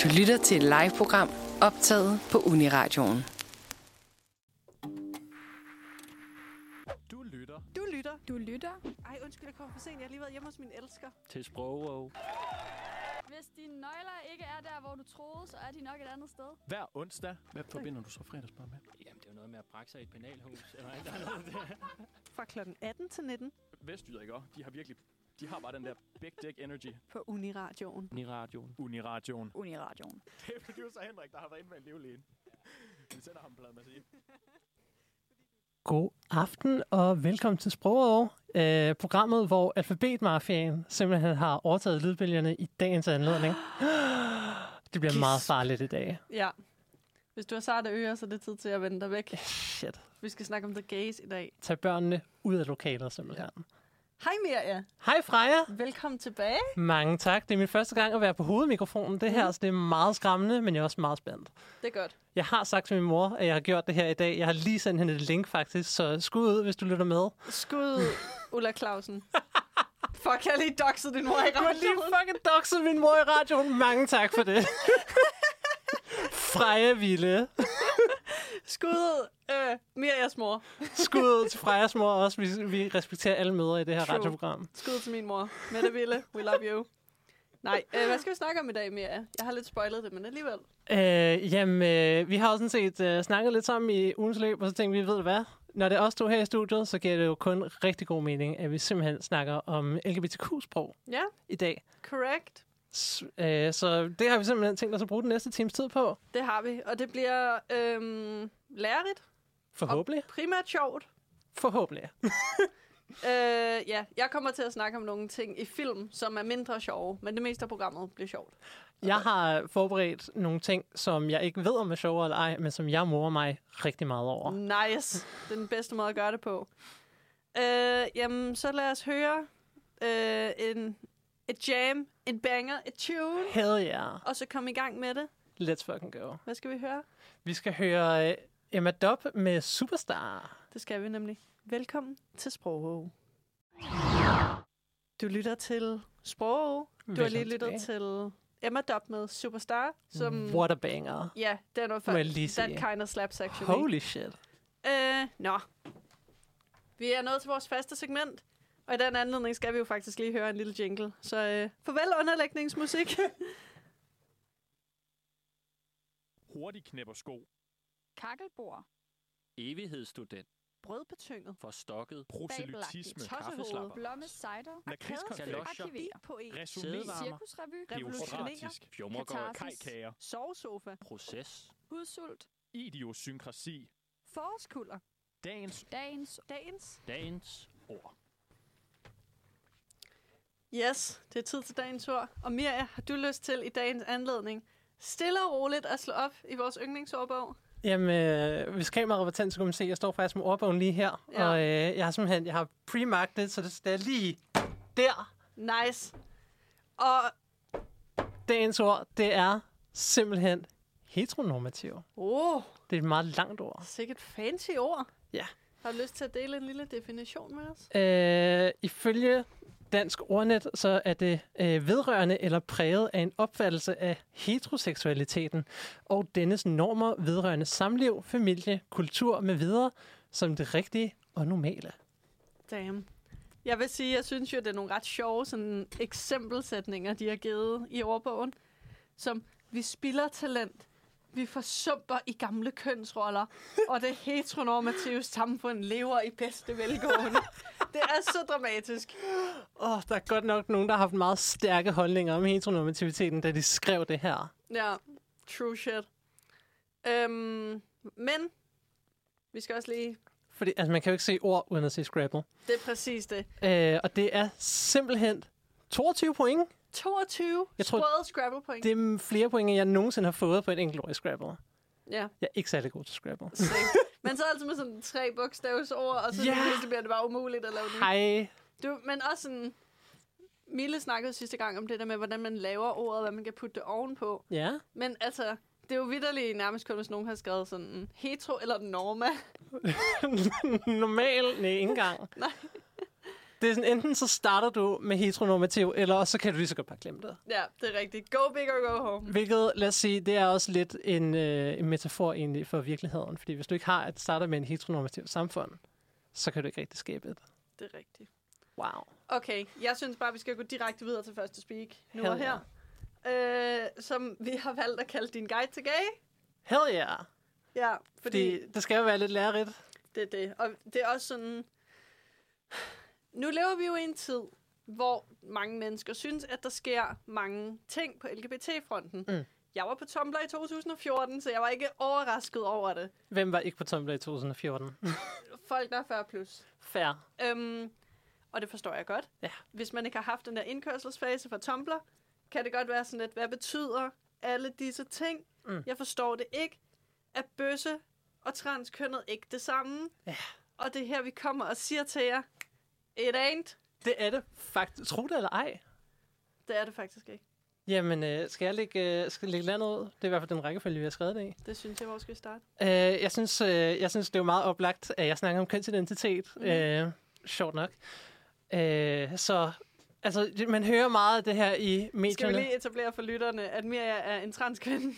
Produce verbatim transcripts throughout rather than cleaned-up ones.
Du lytter til et live-program optaget på Uniradioen. Du lytter. Du lytter. Du lytter. Ej, undskyld, jeg kommer for sent. Jeg har lige været hjemme hos min elsker. Til Sprogov. Hvis dine nøgler ikke er der, hvor du troede, så er de nok et andet sted. Hver onsdag. Hvad forbinder du så fredagsbar med? Jamen, det er jo noget med at brække sig i et penalhus. Eller et eller andet der. Fra klokken atten til nitten Vestjyder, ikke også? De har virkelig... De har bare den der big dick energy. på Uniradioen. I radioen. Uniradioen. Uniradioen. Det er producer Henrik, der har været inde med en livlægen. Vi sender ham en plade med sig. God aften og velkommen til Sprogov, øh, programmet, hvor Alfabetmafiaen simpelthen har overtaget lydbølgerne i dagens anledning. Det bliver Kiss. meget farligt i dag. Ja. Hvis du har sarte ører, så er det tid til at vende dig væk. Shit. Vi skal snakke om The Gays i dag. Tag børnene ud af lokalet simpelthen. Ja. Hej Mirja. Hej Freja. Velkommen tilbage. Mange tak. Det er min første gang at være på hovedmikrofonen. Det her, Mm. så det er meget skræmmende, men jeg er også meget spændt. Det er godt. Jeg har sagt til min mor, at jeg har gjort det her i dag. Jeg har lige sendt hende et link faktisk, så skud ud, hvis du lytter med. Skud Ulla Clausen. Fuck, jeg har lige doxet din mor i Du har lige radioen. fucking doxet min mor i radioen. Mange tak for det. Freja Ville. Skud øh, Mirjas mor. Skud ud til Frejas mor også. Vi, vi respekterer alle mødre i det her True. radioprogram. Skud til min mor. Mette Ville, we love you. Nej, øh, hvad skal vi snakke om i dag, Mirja? Jeg har lidt spoilet det, men alligevel. Øh, jamen, øh, vi har også sådan set øh, snakket lidt sammen i ugens løb, og så tænkte vi, ved du hvad? Når det er os to her i studiet, så giver det jo kun rigtig god mening, at vi simpelthen snakker om L G B T Q-sprog Ja, i dag. correct. S- øh, så det har vi simpelthen tænkt os at bruge den næste times tid på. Det har vi, og det bliver øhm, lærerigt. Forhåbentlig. Primært sjovt. Forhåbentlig. Øh, ja, jeg kommer til at snakke om nogle ting i film, som er mindre sjove, men det meste af programmet bliver sjovt. Jeg har forberedt nogle ting, som jeg ikke ved, om er sjovere eller ej, men som jeg morer mig rigtig meget over. Nice. Det er den bedste måde at gøre det på. Øh, jamen, så lad os høre øh, en, et jam, en banger, et tune, Hell yeah. og så komme i gang med det. Let's fucking go. Hvad skal vi høre? Vi skal høre uh, Emma Dobb med Superstar. Det skal vi nemlig. Velkommen til Sprogov. Du lytter til Sprogov. Du har lige lyttet til Emma Dobb med Superstar, som... What a banger. Ja, det er noget Må jeg for lige that sige. kind of slap section. Holy shit. Øh, nå. Vi er nået til vores faste segment, og i den anledning skal vi jo faktisk lige høre en lille jingle. Så øh, farvel underlægningsmusik. Hurtig knæpper sko. Kakkelbord. Evighedsstudent. Brødbetynget. Forstokket. Proselytisme. Kaffeslapper. Blomme cider. Lakridskaffe. Galoscher. Arkiverer. Poet. Resumé. Sædevarmer. Cirkusrevy. Geostratisk. Fjummergård. Katarsis. Kajkager. Sovesofa. Proces. Hudsult. Idiosynkrasi. Forårskulder. Dagens Dagens. Dagens. Dagens. ord. Yes, det er tid til dagens ord. Og Mirja, har du lyst til i dagens anledning stille og roligt at slå op i vores yndlingsordbog? Jamen, øh, hvis kameraet var tændt, så kunne man se, at jeg står faktisk med ordbogen lige her. Ja. Og øh, jeg har simpelthen, jeg har pre-marked det, så det er lige der. Nice. Og, Dagens ord, det er simpelthen heteronormativ. åh, Det er et meget langt ord. sikkert fancy ord. Ja. Har du lyst til at dele en lille definition med os? Øh, ifølge Dansk Ordnet, så er det øh, vedrørende eller præget af en opfattelse af heteroseksualiteten og dennes normer vedrørende samliv, familie, kultur med videre som det rigtige og normale. Damn. Jeg vil sige, jeg synes jo, det er nogle ret sjove sådan, eksempelsætninger, de har givet i ordbogen. Som, vi spilder talent, vi forsumper i gamle kønsroller, og det heteronormative samfund lever i bedste velgående. Det er så dramatisk. Åh, oh, der er godt nok nogen, der har haft meget stærke holdninger om heteronormativiteten, da de skrev det her. Ja, true shit. Øhm, men, vi skal også lige... Fordi altså, man kan jo ikke se ord uden at se Scrabble. Det er præcis det. Øh, og det er simpelthen toogtyve point. toogtyve Jeg tror, sprøde Scrabble-point. Det er flere point, end jeg nogensinde har fået på et enkelt ord i Scrabble. Ja. Jeg er ikke særlig god til Scrabble. Men så altid med sådan tre bogstavsord, og så Ja. yeah. bliver det bare umuligt at lave det. Hej. Du, men også sådan... Mille snakkede sidste gang om det der med, hvordan man laver ordet, hvad man kan putte det ovenpå. Ja. Men altså, det er jo vitterligt nærmest kun, hvis nogen har skrevet sådan hetero eller norma. Normal? Nej, ikke engang. Nej. Det er sådan, enten så starter du med heteronormativ, eller også så kan du lige så godt bare glemme det. Ja, det er rigtigt. Go big or go home. Hvilket, lad os sige, det er også lidt en, øh, en metafor egentlig for virkeligheden. Fordi hvis du ikke har at starte med en heteronormativ samfund, så kan du ikke rigtig skabe det. Det er rigtigt. Wow. Okay, jeg synes bare, vi skal gå direkte videre til første speak. Nu Hell og her. Øh, som vi har valgt at kalde din guide til gay. Hell yeah. Ja, fordi, fordi det skal jo være lidt lærerigt. det er det. Og det er også sådan... Nu lever vi jo i en tid, hvor mange mennesker synes, at der sker mange ting på L G B T-fronten. Mm. Jeg var på Tumblr i to tusind og fjorten, så jeg var ikke overrasket over det. Hvem var ikke på Tumblr i to tusind og fjorten? Folk, der er fyrre plus. Fair. Øhm, og det forstår jeg godt. Ja. Hvis man ikke har haft den der indkørselsfase fra Tumblr, kan det godt være sådan lidt, hvad betyder alle disse ting? Mm. Jeg forstår det ikke. Er bøsse og transkønnet ikke det samme? Ja. Og det er her, vi kommer og siger til jer, it ain't. Det er det faktisk. Tro det eller ej. Det er det faktisk ikke. Jamen, øh, skal jeg lægge, øh, skal jeg lægge landet ud? Det er i hvert fald den rækkefølge, vi har skrevet det i. Det synes jeg, hvor skal vi starte? Øh, jeg, synes, øh, jeg synes, det er jo meget oplagt, at jeg snakker om kønsidentitet. Mm. Øh, sjovt nok. Øh, så altså, man hører meget af det her i medierne. Skal vi lige etablere for lytterne, at Mirja er en transkvinde?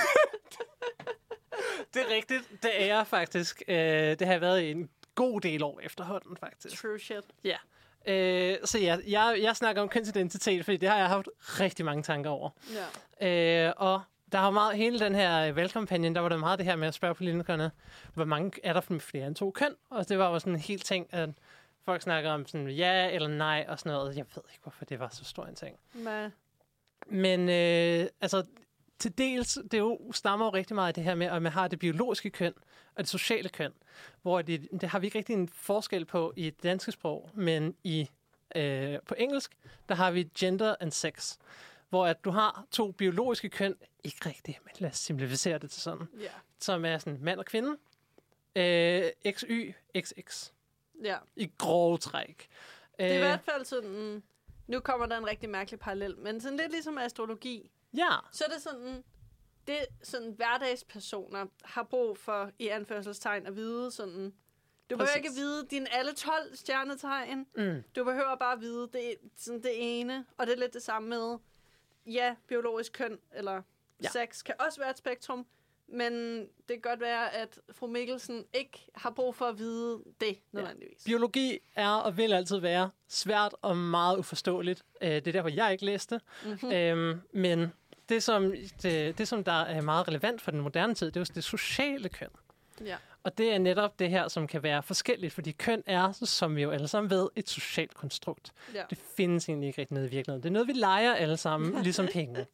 Det er rigtigt. Det er jeg faktisk. Øh, det har været i en god del år efterhånden, faktisk. True shit. Ja. Øh, så ja, jeg, jeg snakker om kønsidentitet, fordi det har jeg haft rigtig mange tanker over. Ja. Øh, og der har meget hele den her valgkampagne, der var der meget det her med at spørge politikerne, hvor mange er der flere end to køn? Og det var jo sådan en helt ting, at folk snakker om sådan ja eller nej og sådan noget. Jeg ved ikke, hvorfor det var så stor en ting. Ma. Men øh, altså, til dels, det jo stammer jo rigtig meget af det her med, at man har det biologiske køn og det sociale køn, hvor det, det har vi ikke rigtig en forskel på i det danske sprog, men i øh, på engelsk, der har vi gender and sex, hvor at du har to biologiske køn, ikke rigtigt, men lad os simplificere det til sådan, Ja. som er sådan mand og kvinde, øh, X Y, X X, Ja. i grove træk. Det er i Øh, hvert fald sådan, nu kommer der en rigtig mærkelig parallel, men sådan lidt ligesom astrologi, Ja, så er det sådan, det sådan hverdagspersoner har brug for, i anførselstegn, at vide sådan, du behøver Præcis. ikke at vide dine alle tolv stjernetegn, mm. du behøver bare at vide det, sådan det ene, og det er lidt det samme med, ja, biologisk køn eller Ja. ja. sex kan også være et spektrum, men det kan godt være, at fru Mikkelsen ikke har brug for at vide det nødvendigvis. Biologi er og vil altid være svært og meget uforståeligt. Øh, Det er derfor, jeg ikke læste. Mm-hmm. Øhm, men det som, det, det, som der er meget relevant for den moderne tid, det er jo det sociale køn. Ja. Og det er netop det her, som kan være forskelligt, fordi køn er, som vi jo alle sammen ved, et socialt konstrukt. Ja. Det findes egentlig ikke rigtig noget i virkeligheden. Det er noget, vi leger alle sammen, ligesom penge.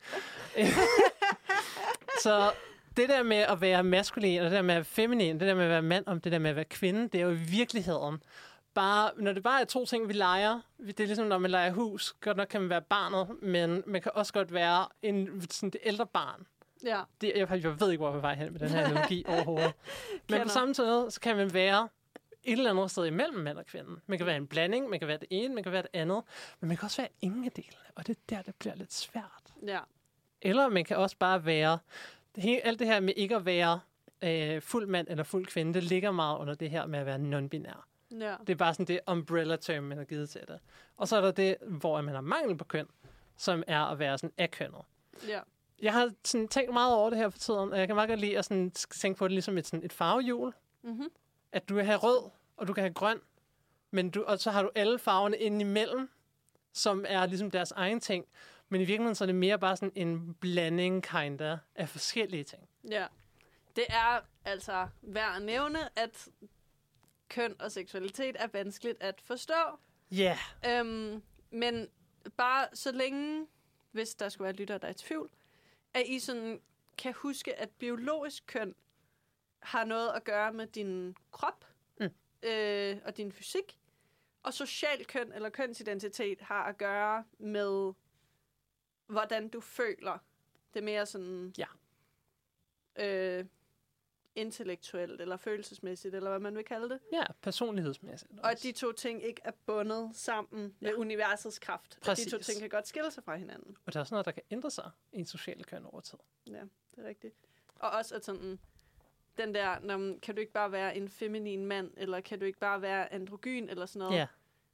Så det der med at være maskulin, og det der med at være feminin, det der med at være mand, og det der med at være kvinde, det er jo i virkeligheden bare, når det bare er to ting, vi leger, det er ligesom, når man leger hus, godt nok kan man være barnet, men man kan også godt være en, sådan det ældre barn. Ja. Det, jeg, jeg ved ikke, hvor jeg er på vej hen med den her analogi overhovedet. Men Kender. på samme tid, så kan man være et eller andet sted imellem mand og kvinde. Man kan være en blanding, man kan være det ene, man kan være det andet, men man kan også være ingen af delene, og det er der, det bliver lidt svært. Ja. Eller man kan også bare være, det hele, alt det her med ikke at være øh, fuld mand eller fuld kvinde, det ligger meget under det her med at være non-binær. Ja. Det er bare sådan det umbrella-term, man har givet til det. Og så er der det, hvor man har mangel på køn, som er at være sådan akønnet. Ja. Jeg har sådan tænkt meget over det her for tiden, og jeg kan meget godt lide at sådan tænke på det ligesom et, sådan et farvehjul. Mm-hmm. At du kan have rød, og du kan have grøn, men du, og så har du alle farverne inde imellem, som er ligesom deres egen ting. Men i virkeligheden så er det mere bare sådan en blanding kinda af forskellige ting. Ja. Det er altså værd at nævne, at køn og seksualitet er vanskeligt at forstå. Ja. Yeah. Øhm, men bare så længe, hvis der skulle være lyttere, der er i tvivl, at I sådan kan huske, at biologisk køn har noget at gøre med din krop mm. øh, og din fysik, og social køn eller kønsidentitet har at gøre med, hvordan du føler. Det er mere sådan ja. øh, intellektuelt eller følelsesmæssigt, eller hvad man vil kalde det. Ja, personlighedsmæssigt. Og at de to ting ikke er bundet sammen ja. med universets kraft. Præcis. At de to ting kan godt skille sig fra hinanden. Og der er sådan noget, der kan ændre sig i en social køn over tid. Ja, det er rigtigt. Og også at sådan, den der, når, kan du ikke bare være en feminin mand, eller kan du ikke bare være androgyn, eller sådan noget. Ja.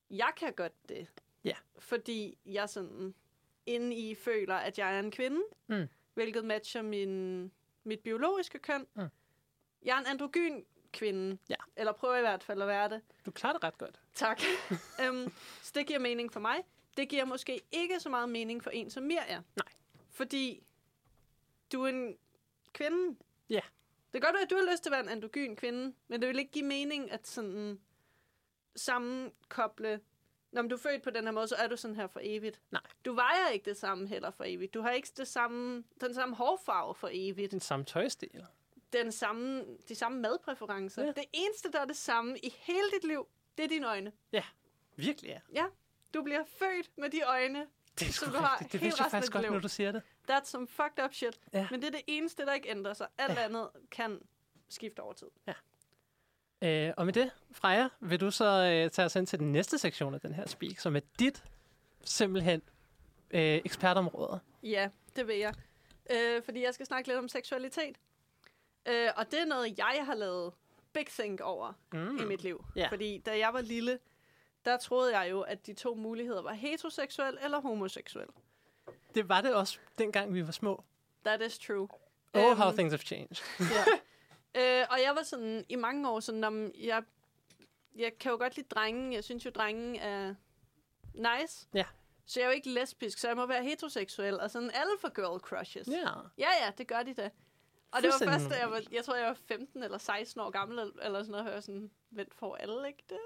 jeg kan godt det. Ja. Fordi jeg sådan inde i føler, at jeg er en kvinde, Mm. hvilket matcher min, mit biologiske køn. Mm. Jeg er en androgyn kvinde. Ja. Eller prøver i hvert fald at være det. Du klarer det ret godt. Tak. um, så det giver mening for mig. Det giver måske ikke så meget mening for en som Mirja. Nej. Fordi du er en kvinde. Ja. Det kan godt være, at du har lyst til at være en androgyn kvinde, men det vil ikke give mening at sådan sammenkoble. Når du er født på den her måde, så er du sådan her for evigt. Nej. Du vejer ikke det samme heller for evigt. Du har ikke det samme, den samme hårfarve for evigt. Den samme tøjstil. Den samme, de samme madpræferencer. Ja. Det eneste, der er det samme i hele dit liv, det er dine øjne. Virkelig, ja. Ja, du bliver født med de øjne. Det er sgu Som du har rigtigt. Det hele vidste jeg resten af faktisk dit godt, liv. når du siger det. That's some fucked up shit. Ja. Men det er det eneste, der ikke ændrer sig. Alt Ja. andet kan skifte over tid. Øh, og med det, Freja, vil du så øh, tage os ind til den næste sektion af den her speak, som er dit simpelthen øh, ekspertområde. Ja, det vil jeg. Øh, fordi jeg skal snakke lidt om seksualitet. Øh, og det er noget, jeg har lavet big think over Mm. i mit liv. Ja. Fordi da jeg var lille, der troede jeg jo, at de to muligheder var heteroseksuel eller homoseksuel. Det var det også, dengang vi var små. That is true. Oh, how Øhm, things have changed. Ja. øh, og jeg var sådan i mange år sådan, om jeg, jeg kan jo godt lide drenge. Jeg synes jo, drenge er nice. Ja. Så jeg er jo ikke lesbisk, så jeg må være heteroseksuel. Og sådan alle for girl crushes. Ja. Ja, ja, det gør de da. Og det var Fuldstændig først, da jeg var, jeg tror, jeg var femten eller seksten år gammel, eller- eller sådan noget, og hørte sådan, vent, får alle ikke det?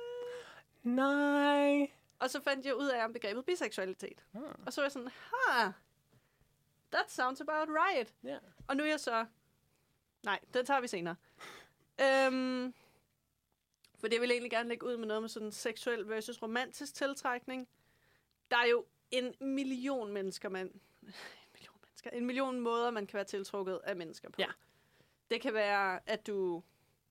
Nej. Og så fandt jeg ud af om begrebet biseksualitet. Hmm. Og så var jeg sådan, ha, that sounds about right. Ja. Og nu er jeg så... Nej, den tager vi senere. øhm, for det vil jeg egentlig gerne lægge ud med noget med sådan seksuel versus romantisk tiltrækning. Der er jo en million mennesker, man... En million mennesker. En million måder, man kan være tiltrukket af mennesker på. Ja. Det kan være, at du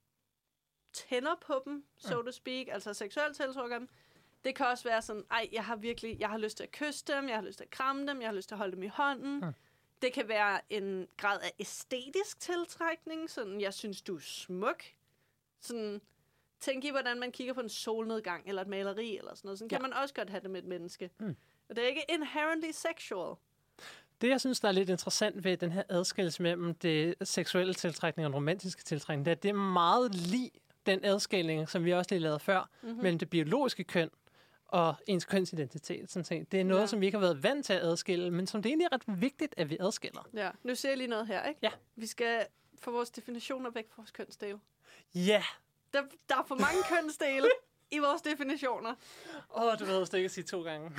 tænder på dem, so Mm. to speak, altså seksuelt tiltrukker dem. Det kan også være sådan, ej, jeg har virkelig, jeg har lyst til at kysse dem, jeg har lyst til at kramme dem, jeg har lyst til at holde dem i hånden. Mm. Det kan være en grad af æstetisk tiltrækning, sådan, jeg synes, du er smuk. Sådan, tænk i, hvordan man kigger på en solnedgang, eller et maleri, eller sådan noget. Sådan Ja. kan man også godt have det med et menneske. Mm. Og det er ikke inherently sexual. Det, jeg synes, der er lidt interessant ved den her adskillelse mellem det seksuelle tiltrækning og den romantiske tiltrækning, det er, at det er meget lig den adskilling, som vi også lige lavede før, Mm-hmm. mellem det biologiske køn og ens kønsidentitet. Sådan set. Det er noget, Ja. som vi ikke har været vant til at adskille, men som det egentlig er ret vigtigt, at vi adskiller. Ja, nu ser jeg lige noget her, ikke? Ja. Vi skal få vores definitioner væk fra vores kønsdele. Ja! Der, der er for mange kønsdele i vores definitioner. Åh, oh, du ved at ikke at sige to gange.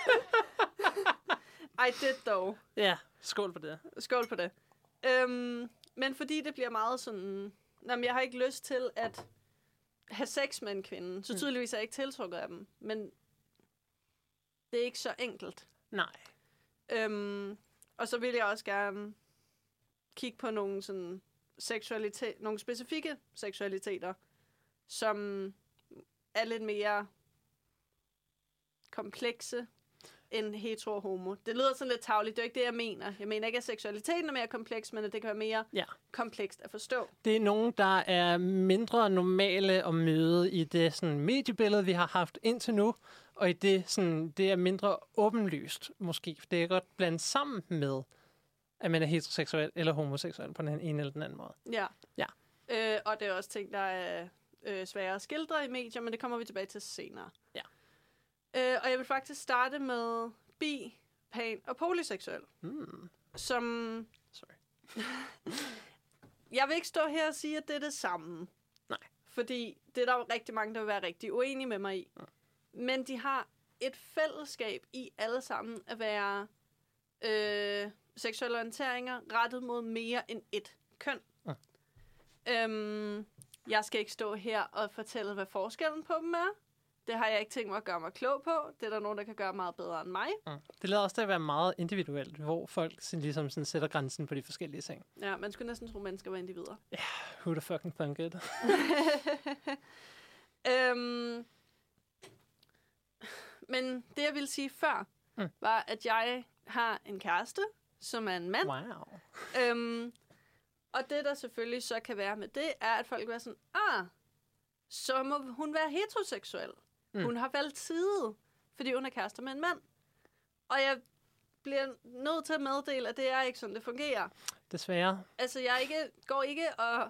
I did dog. Ja, skål på det. Skål på det. Øhm, men fordi det bliver meget sådan... Jamen, jeg har ikke lyst til at have sex med en kvinde, så Mm. tydeligvis er jeg ikke tiltrukket af dem. Men det er ikke så enkelt. Nej. Øhm, og så vil jeg også gerne kigge på nogle sådan seksualitet, nogle specifikke seksualiteter, som er lidt mere komplekse end hetero og homo. Det lyder sådan lidt tarveligt, det er ikke det, jeg mener. Jeg mener ikke, at seksualiteten er mere kompleks, men at det kan være mere Ja. komplekst at forstå. Det er nogen, der er mindre normale at møde i det sådan, mediebillede, vi har haft indtil nu, og i det, sådan, det er mindre åbenlyst, måske. Det er godt blandet sammen med, at man er heteroseksuel eller homoseksuel på den ene eller den anden måde. Ja. Ja. Øh, og det er også ting, der er øh, svære at skildre i medier, men det kommer vi tilbage til senere. Ja. Øh, og jeg vil faktisk starte med bi, pan og polyseksuel, Hmm. som... Sorry. Jeg vil ikke stå her og sige, at det er det samme. Nej. Fordi det er der jo rigtig mange, der vil være rigtig uenige med mig i. Ja. Men de har et fællesskab i alle sammen at være øh, seksuelle orienteringer rettet mod mere end ét køn. Ja. Øhm, jeg skal ikke stå her og fortælle, hvad forskellen på dem er. Det har jeg ikke tænkt mig at gøre mig klog på. Det er der nogen, der kan gøre meget bedre end mig. Mm. Det lader også til at være meget individuelt, hvor folk sådan, ligesom sådan, sætter grænsen på de forskellige ting. Ja, man skulle næsten tro, at mennesker var individer. Who the fucking thunk it? øhm, men det, jeg ville sige før, Mm. var, at jeg har en kæreste, som er en mand. Wow. Øhm, og det, der selvfølgelig så kan være med det, er, at folk vil være sådan, ah, så må hun være heteroseksuel. Mm. Hun har valgt side, fordi hun er kærester med en mand. Og jeg bliver nødt til at meddele, at det er ikke sådan, det fungerer. Desværre. Altså, jeg ikke, går ikke og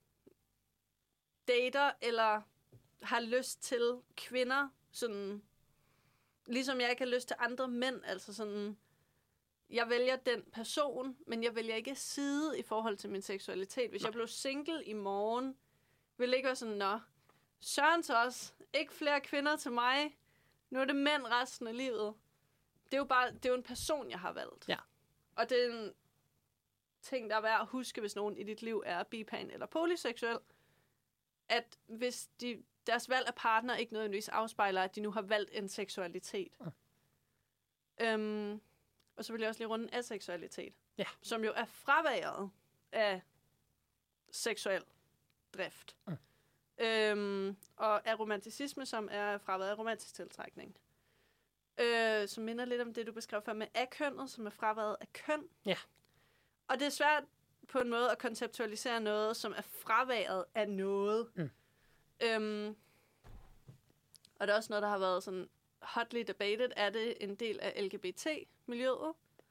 dater, eller har lyst til kvinder, sådan, ligesom jeg ikke har lyst til andre mænd, altså sådan, jeg vælger den person, men jeg vælger ikke side i forhold til min seksualitet. Hvis Nej. jeg blev single i morgen, ville det ikke være sådan, nå, Søren så også, ikke flere kvinder til mig, nu er det mænd resten af livet. Det er jo bare, det er jo en person, jeg har valgt. Ja. Og det er en ting, der er værd at huske, hvis nogen i dit liv er bipan eller polyseksuel, at hvis de, deres valg af partner ikke nødvendigvis afspejler, at de nu har valgt en seksualitet. Mm. Øhm, og så vil jeg også lige runde aseksualitet, ja. som jo er fraværet af seksuel drift. Mm. Øhm, og aromanticisme, som er fraværet af romantisk tiltrækning. Øh, som minder lidt om det, du beskrev før med akønnet, som er fraværet af køn. Ja. Og det er svært på en måde at konceptualisere noget, som er fraværet af noget. Mm. Øhm, og det er også noget, der har været sådan hotly debated. Er det en del af L G B T-miljøet?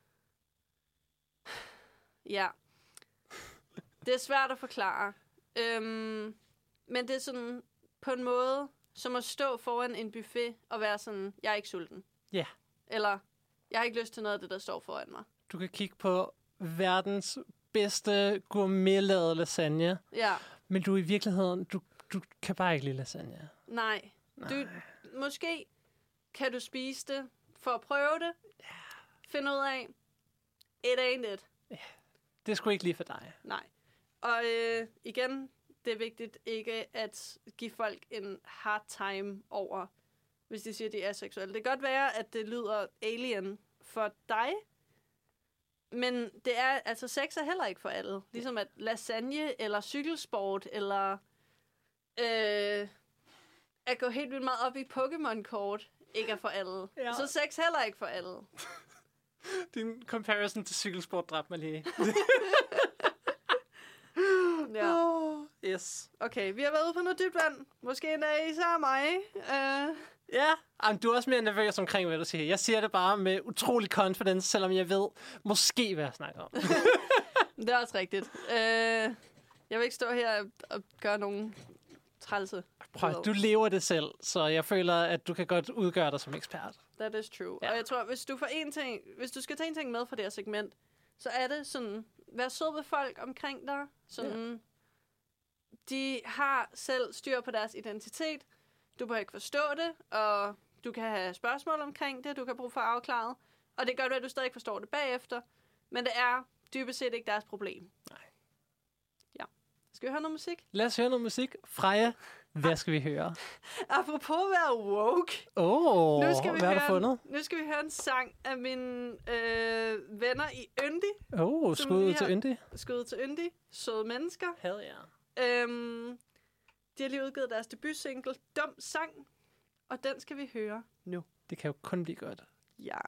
Ja. Det er svært at forklare. Øhm, men det er sådan på en måde, som at stå foran en buffet og være sådan, jeg er ikke sulten. Ja. Yeah. Eller, jeg har ikke lyst til noget af det, der står foran mig. Du kan kigge på verdens bedste gourmetlavede lasagne. Ja. Men du i virkeligheden, du, du kan bare ikke lide lasagne. Nej. Nej. Du, måske kan du spise det for at prøve det. Yeah. Finde ud af, it ain't it. Yeah. Det er sgu ikke lige for dig. Nej. Og øh, igen, det er vigtigt ikke at give folk en hard time over, hvis de siger, at de er seksuelle. Det kan godt være, at det lyder alien for dig, men det er, altså sex er heller ikke for alle. Ligesom at lasagne, eller cykelsport, eller øh, at gå helt vildt meget op i Pokémon-kort, ikke er for alle. Ja. Så sex heller ikke for alle. Din comparison til cykelsport dræbte mig lige. Ja. Oh, yes. Okay, vi har været ude på noget dybt vand. Måske endda især mig. Uh... Ja, Jamen, du er også mere nervøs omkring, hvad du siger. Jeg siger det bare med utrolig confidence, selvom jeg ved måske, hvad jeg snakker om. Det er også rigtigt. Uh, jeg vil ikke stå her og gøre nogen trælse. Prøv, du lever det selv, så jeg føler, at du kan godt udgøre dig som ekspert. That is true. Ja. Og jeg tror, hvis du får en ting, hvis du skal tage en ting med fra det her segment, så er det sådan, vær sød ved folk omkring dig. Sådan, ja. De har selv styr på deres identitet. Du behøver ikke forstå det, og du kan have spørgsmål omkring det, du kan bruge for afklaret. Og det gør godt, at du stadig forstår det bagefter. Men det er dybest set ikke deres problem. Nej. Ja. Skal vi høre noget musik? Lad os høre noget musik. Freja, hvad skal vi høre? Apropos at være woke. Åh, oh, hvad har du fundet? Nu skal vi høre en sang af mine øh, venner i Yndi. Åh, oh, skud til Yndi. Skud til Yndi. Søde mennesker. Hell ja. Øhm, de har lige udgivet deres debutsingle, Dum Sang. Og den skal vi høre nu. Det kan jo kun blive godt. Ja.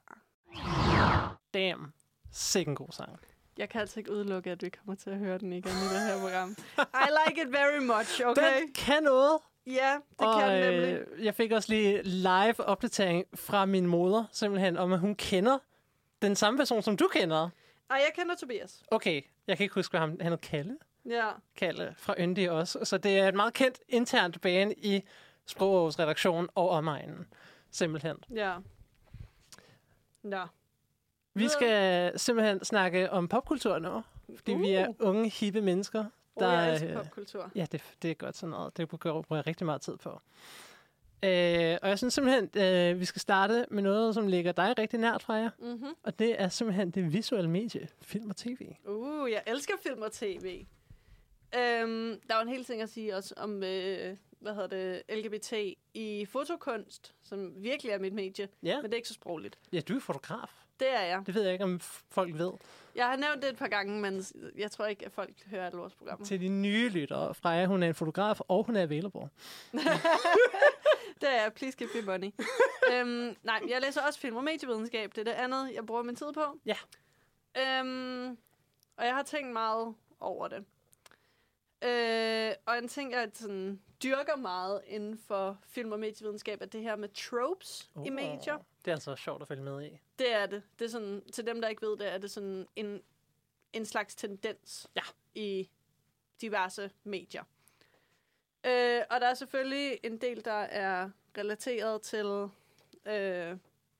Damn. Sikke en god sang. Jeg kan altså ikke udelukke, at vi kommer til at høre den igen i det her program. I like it very much, okay? Den kan noget. Ja, det og, kan den nemlig. Øh, jeg fik også lige live opdatering fra min moder, simpelthen, om at hun kender den samme person, som du kender. Ej, jeg kender Tobias. Okay, jeg kan ikke huske, hvad han, han hedder. Kalle? Ja. Kalle fra Yndi også. Så det er et meget kendt internt bane i Sprogås redaktion og omegnen. Simpelthen. Ja. Ja. Vi skal simpelthen snakke om popkultur nu, fordi uh. vi er unge, hippe mennesker. Der, oh, jeg elsker popkultur. Ja, det, det er godt sådan noget. Det bruger jeg rigtig meget tid på. Øh, og jeg synes simpelthen, øh, vi skal starte med noget, som ligger dig rigtig nært fra jer. Mm-hmm. Og det er simpelthen det visuelle medie, film og tv. Uh, jeg elsker film og tv. Um, der er jo en hel ting at sige også om, øh, hvad hedder det, L G B T i fotokunst, som virkelig er mit medie, ja. Men det er ikke så sprogligt. Ja, du er fotograf. Det er jeg. Det ved jeg ikke, om folk ved. Jeg har nævnt det et par gange, men jeg tror ikke, at folk hører alle vores programmer. Til de nye lyttere, Freja, hun er en fotograf, og hun er available. Det er jeg. Please give me money. øhm, nej, jeg læser også film og medievidenskab. Det er det andet, jeg bruger min tid på. Ja. Øhm, og jeg har tænkt meget over det. Øh, og en ting, jeg sådan, dyrker meget inden for film- og medievidenskab, er det her med tropes oh, i medier. Det er altså sjovt at følge med i. Det er det. Det er sådan, til dem, der ikke ved det, er det sådan en, en slags tendens ja. i diverse medier. Øh, og der er selvfølgelig en del, der er relateret til øh,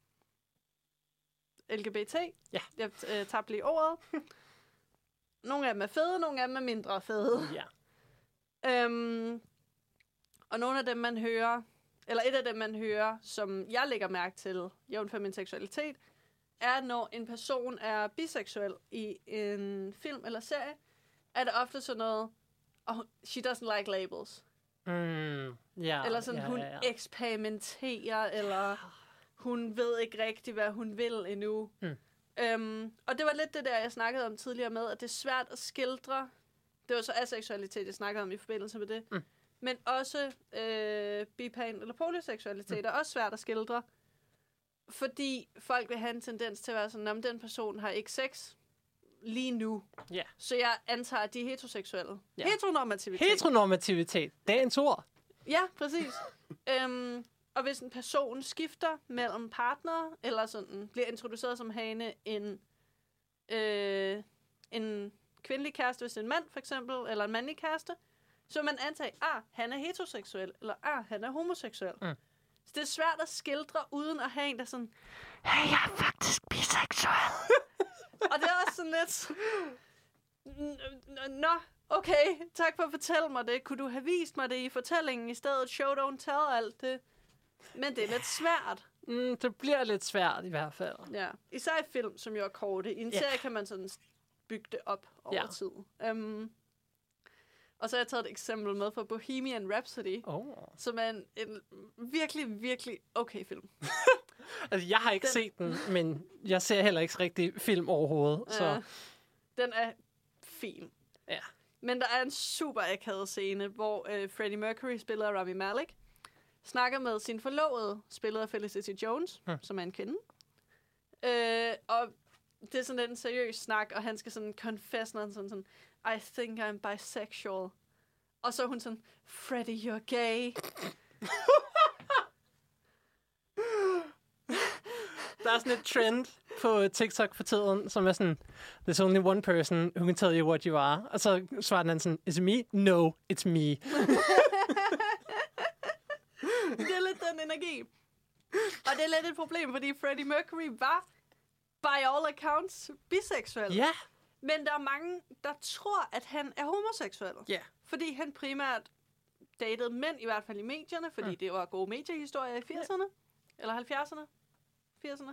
L G B T. Ja. Jeg øh, tabte lige ordet. Nogle af dem er fede, nogle af dem er mindre fede. Ja. Øhm, og nogle af dem, man hører, eller et af dem, man hører, som jeg lægger mærke til, jævnfør min seksualitet, er, når en person er biseksuel i en film eller serie, er det ofte sådan noget, oh, she doesn't like labels. Mm, yeah, eller sådan, yeah, hun yeah, yeah. eksperimenterer, eller hun ved ikke rigtigt, hvad hun vil endnu. Mm. Øhm, og det var lidt det der, jeg snakkede om tidligere med, at det er svært at skildre. Det var så aseksualitet, jeg snakkede om i forbindelse med det. Mm. Men også øh, bipan eller polyseksualitet mm. er også svært at skildre. Fordi folk vil have en tendens til at være sådan, om den person har ikke sex lige nu. Yeah. Så jeg antager, at de er heteroseksuelle. Yeah. Heteronormativitet. Heteronormativitet. Dagens ord. Ja, præcis. øhm, og hvis en person skifter mellem partnere, eller sådan bliver introduceret som hane en, øh, en kvindelig kæreste, hvis det er en mand for eksempel, eller en mandlig kæreste, så man antager, ah, han er heteroseksuel, eller ah, han er homoseksuel. Mm. Så det er svært at skildre, uden at have en, der sådan, hey, jeg er faktisk biseksuel. Og det er også sådan lidt, nå, okay, tak for at fortælle mig det. Kunne du have vist mig det i fortællingen i stedet? Show, don't tell, alt det. Men det er lidt svært. Mm, det bliver lidt svært i hvert fald. Ja, især i film, som jo er korte. I en yeah. serie kan man sådan bygge det op over yeah. tid. Um, og så har jeg taget et eksempel med fra Bohemian Rhapsody, oh. som er en, en virkelig, virkelig okay film. Altså, jeg har ikke den... set den, men jeg ser heller ikke rigtig film overhovedet. Ja, så. Den er fin. Ja. Men der er en super akavet scene, hvor øh, Freddie Mercury, spiller af Rami Malek, snakker med sin forlovede, spillet af Felicity Jones, hmm. som er en kvinde. Øh, og det er sådan en seriøs snak, og han skal sådan confess, når han sådan, sådan, I think I'm bisexual. Og så er hun sådan, Freddie, you're gay. Der er sådan et trend på TikTok for tiden, som er sådan, there's only one person who can tell you what you are. Og så svarer den sådan, is it me? No, it's me. Det er lidt den energi. Og det er lidt et problem, fordi Freddie Mercury var, by all accounts, biseksuel. Ja. Yeah. Men der er mange, der tror, at han er homoseksuel. Ja. Yeah. Fordi han primært datede mænd, i hvert fald i medierne, fordi mm. det var gode mediehistorier i firserne. Yeah. Eller halvfjerdserne. firserne.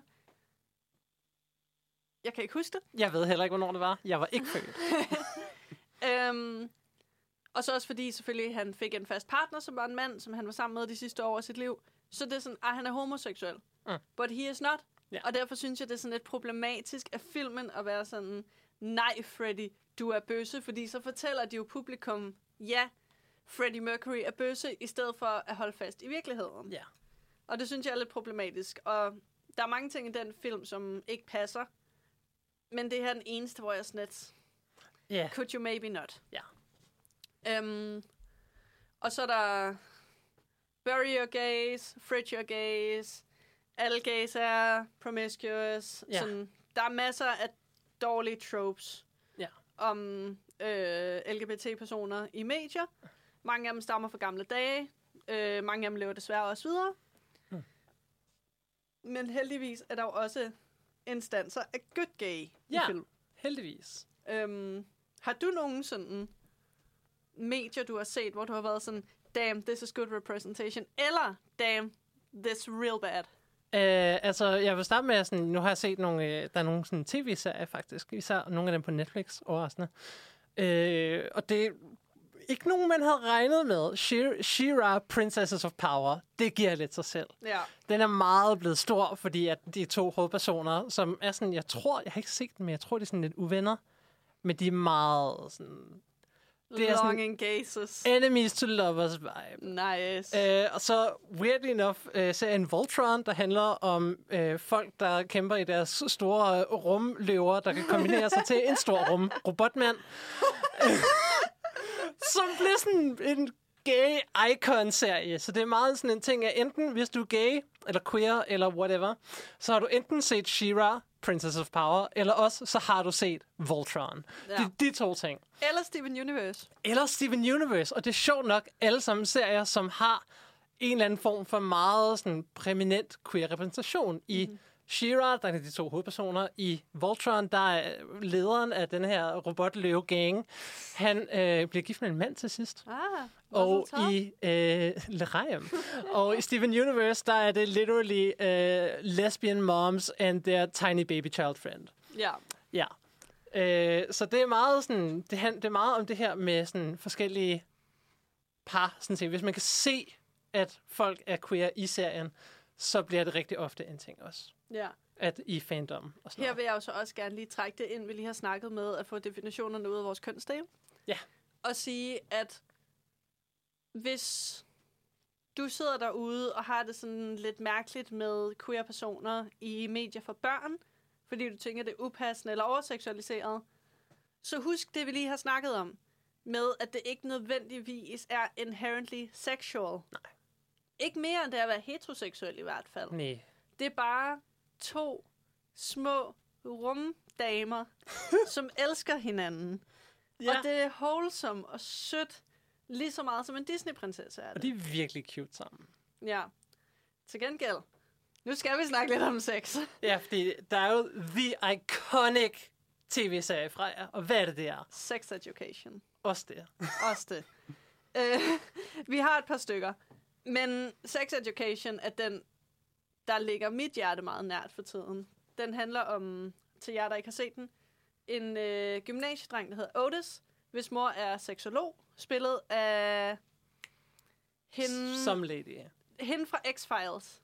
Jeg kan ikke huske det. Jeg ved heller ikke, hvornår det var. Jeg var ikke født. øhm, og så også fordi, selvfølgelig, han fik en fast partner, som var en mand, som han var sammen med de sidste år af sit liv. Så det er sådan, at han er homoseksuel. Mm. But he is not. Yeah. Og derfor synes jeg, det er sådan lidt problematisk af filmen at være sådan, nej, Freddie, du er bøsse. Fordi så fortæller de jo publikum, ja, Freddie Mercury er bøsse, i stedet for at holde fast i virkeligheden. Ja. Yeah. Og det synes jeg er lidt problematisk. Og der er mange ting i den film, som ikke passer. Men det her er den eneste, hvor jeg sådan lidt, yeah. could you maybe not? Ja. Yeah. Um, og så er der bury your gays, fridge your gays, alle gays er promiscuous. Yeah. Sådan, der er masser af dårlige tropes yeah. om øh, L G B T-personer i medier. Mange af dem stammer fra gamle dage. Øh, mange af dem lever desværre også videre. Hmm. Men heldigvis er der jo også instanser af good gay ja, i film. Heldigvis. Øhm, har du nogen sådan medier, du har set, hvor du har været sådan, damn, this is good representation, eller damn, this real bad? Uh, altså, jeg vil starte med, sådan, nu har jeg set nogle, uh, der er nogle sådan tv-serier faktisk, især nogle af dem på Netflix, overraskende. Uh, og det er ikke nogen, man havde regnet med. She-Ra, Princesses of Power, det giver lidt sig selv. Ja. Den er meget blevet stor, fordi at de to hovedpersoner, som er sådan, jeg tror, jeg har ikke set dem, men jeg tror, de er sådan lidt uvenner, men de er meget sådan... Det er Long engages. Enemies to lovers vibe. Nice. Uh, og så, weirdly enough, uh, serien Voltron, der handler om uh, folk, der kæmper i deres store rumløver, der kan kombinere sig til en stor rum robotmand. som bliver sådan en gay icon-serie. Så det er meget sådan en ting, at enten hvis du er gay, eller queer, eller whatever, så har du enten set She-Ra, Princess of Power, eller også så har du set Voltron. Ja. Det er de to ting. Eller Steven Universe. Eller Steven Universe. Og det er sjovt nok alle sammen serier, som har en eller anden form for meget sådan præeminent queer repræsentation. I mm. She-Ra, der er de to hovedpersoner. I Voltron, der er lederen af den her robotløve-gang. Han øh, bliver gift med en mand til sidst. Ah, og i øh, Lerarium. Og i Steven Universe, der er det literally øh, lesbian moms and their tiny baby child friend. Ja. Ja. Øh, så det er meget sådan, det, det er meget om det her med sådan forskellige par. Sådan set. Hvis man kan se, at folk er queer i serien, så bliver det rigtig ofte en ting også. Ja. At i fandom og sådan Her noget. vil jeg jo så også gerne lige trække det ind, vi lige har snakket med, at få definitionerne ud af vores kønsdel. Ja. Og sige, at hvis du sidder derude og har det sådan lidt mærkeligt med queer-personer i medier for børn, fordi du tænker, det er upassende eller overseksualiseret, så husk det, vi lige har snakket om, med at det ikke nødvendigvis er inherently sexual. Nej. Ikke mere end det at være heteroseksuel i hvert fald. Nej. Det er bare to små rumdamer, som elsker hinanden. Ja. Og det er wholesome og sødt, lige så meget som en Disney-prinsesse er det. Og de er virkelig cute sammen. Ja. Til gengæld, nu skal vi snakke lidt om sex. Ja, fordi der er jo the iconic tv-serie fra jer. Og hvad er det, det er? Sex Education. Også det. Også det. øh, vi har et par stykker. Men Sex Education er den, der ligger mit hjerte meget nært for tiden. Den handler om, til jer, der ikke har set den, en øh, gymnasiedreng, der hedder Otis, hvis mor er seksolog, spillet af hende, Some lady. hende fra X-Files.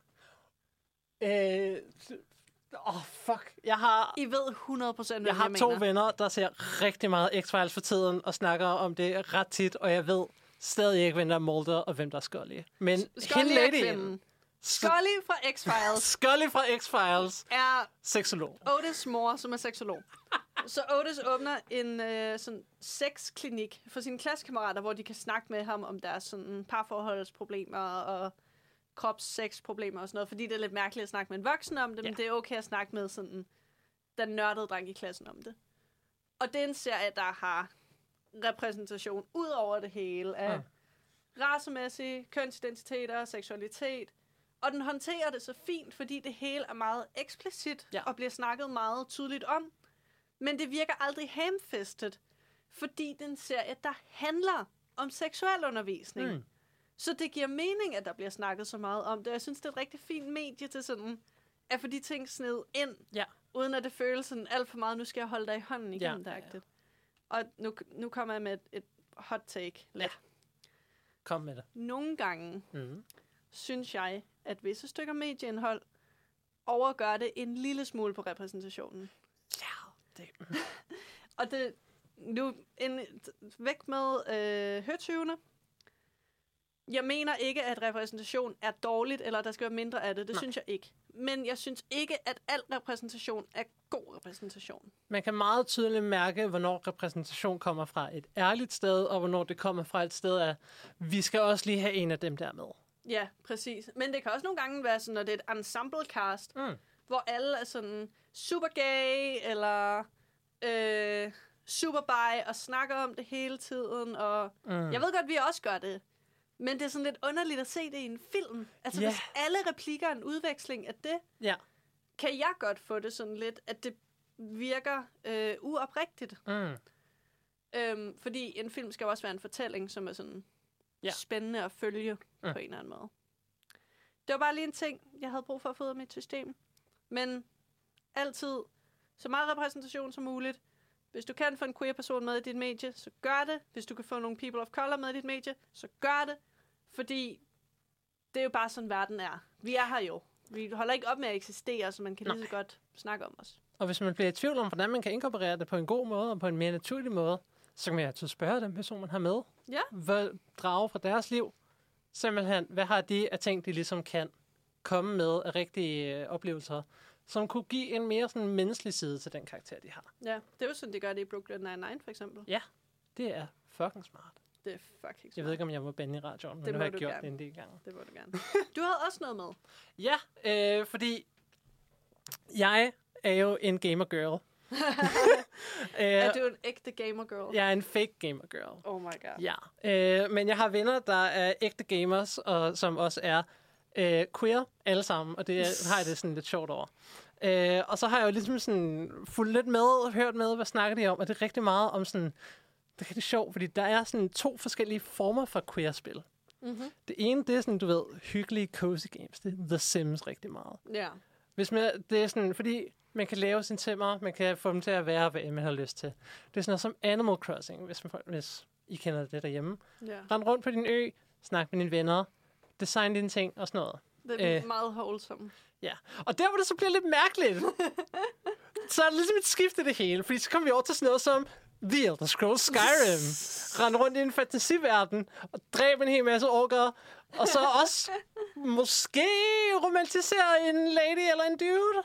Øh, Åh, oh, fuck. Jeg har, I ved hundrede procent, jeg hvad har jeg to mener. venner, der ser rigtig meget X-Files for tiden, og snakker om det ret tit, og jeg ved stadig ikke, hvem der er Mulder, og hvem der er Scully. Men Scully hende er lady, kvinden. Scully fra X-Files Scully fra X-Files, er seksolog. Otis' mor, som er seksolog. Så Otis åbner en øh, sådan sexklinik for sine klassekammerater, hvor de kan snakke med ham om deres sådan parforholdsproblemer og kropssexproblemer og sådan noget, fordi det er lidt mærkeligt at snakke med en voksen om det, Ja. men det er okay at snakke med sådan den nørdede dreng i klassen om det. Og det er en serie, der har repræsentation ud over det hele af Mm. racemæssige, kønsidentiteter, seksualitet. Og den håndterer det så fint, fordi det hele er meget eksplicit Ja. og bliver snakket meget tydeligt om. Men det virker aldrig hamfistet, fordi det er en serie, der handler om seksualundervisning. Mm. Så det giver mening, at der bliver snakket så meget om det. Jeg synes, det er et rigtig fint medie til sådan, at få de ting sned ind, Ja. uden at det føles sådan alt for meget, nu skal jeg holde dig i hånden igen. Ja, Ja, ja, ja. Og nu, nu kommer jeg med et, et hot take. Lidt. Ja. Kom med det. Nogle gange Mm. synes jeg, at visse stykker medieindhold overgør det en lille smule på repræsentationen. Ja, det... Og det nu en, væk med øh, høtyvene. Jeg mener ikke, at repræsentation er dårligt, eller der skal være mindre af det. Det Nej. synes jeg ikke. Men jeg synes ikke, at al repræsentation er god repræsentation. Man kan meget tydeligt mærke, hvornår repræsentation kommer fra et ærligt sted, og hvornår det kommer fra et sted af, vi skal også lige have en af dem der med. Ja, præcis. Men det kan også nogle gange være sådan, når det er et ensemble cast, Mm. hvor alle er sådan super gay, eller øh, super bi, og snakker om det hele tiden. Og Mm. jeg ved godt, vi også gør det. Men det er sådan lidt underligt at se det i en film. Altså, Ja. hvis alle replikker er en udveksling af det, Ja. kan jeg godt få det sådan lidt, at det virker øh, uoprigtigt. Mm. Øhm, fordi en film skal jo også være en fortælling, som er sådan Ja. ja. spændende at følge Mm. på en eller anden måde. Det var bare lige en ting, jeg havde brug for at få ud af mit system. Men altid så meget repræsentation som muligt. Hvis du kan få en queer person med i dit medie, så gør det. Hvis du kan få nogle people of color med i dit medie, så gør det. Fordi det er jo bare sådan, verden er. Vi er her jo. Vi holder ikke op med at eksistere, så man kan lige så godt snakke om os. Og hvis man bliver i tvivl om, hvordan man kan inkorporere det på en god måde, og på en mere naturlig måde, så kan man altid spørge den person, man har med. Ja. Hvad drager fra deres liv? Simpelthen, hvad har de af ting, de ligesom kan komme med af rigtige øh, oplevelser, som kunne give en mere sådan menneskelig side til den karakter, de har. Ja, det er jo sådan, de gør det i Brooklyn Nine-Nine, for eksempel. Det er fucking smart. Det er fucking smart. Jeg ved ikke, om jeg må bande i radioen, men Det nu må har jeg du gjort gerne. det en del gange. Det må du gerne. Du havde også noget med. Ja, øh, fordi jeg er jo en gamer girl. øh, Er du en ægte gamer girl? Jeg er en fake gamer girl. Oh my god. Ja, øh, men jeg har venner, der er ægte gamers, og som også er øh, queer alle sammen, og det er, har jeg det sådan lidt sjovt over. Øh, og så har jeg jo ligesom sådan fulgt lidt med og hørt med, hvad snakker de om, og det er rigtig meget om sådan, det er rigtig sjovt, fordi der er sådan to forskellige former for queer-spil. Mm-hmm. Det ene, det er sådan, du ved, hyggelige cozy games. Det er The Sims rigtig meget. Ja. Hvis man, det er sådan, fordi man kan lave sine temmer, man kan få dem til at være, hvad man har lyst til. Det er sådan noget som Animal Crossing, hvis, man, hvis I kender det derhjemme. Ja. Rend rundt på din ø, snak med dine venner, design dine ting og sådan noget. Det er Øh. meget wholesome. Ja, og der hvor det så bliver lidt mærkeligt, så er det ligesom et skift i det hele, fordi så kommer vi over til sådan noget som The Elder Scrolls Skyrim. Rend rundt i en fantasiverden og dræb en hel masse orker, og så også måske romantisere en lady eller en dude.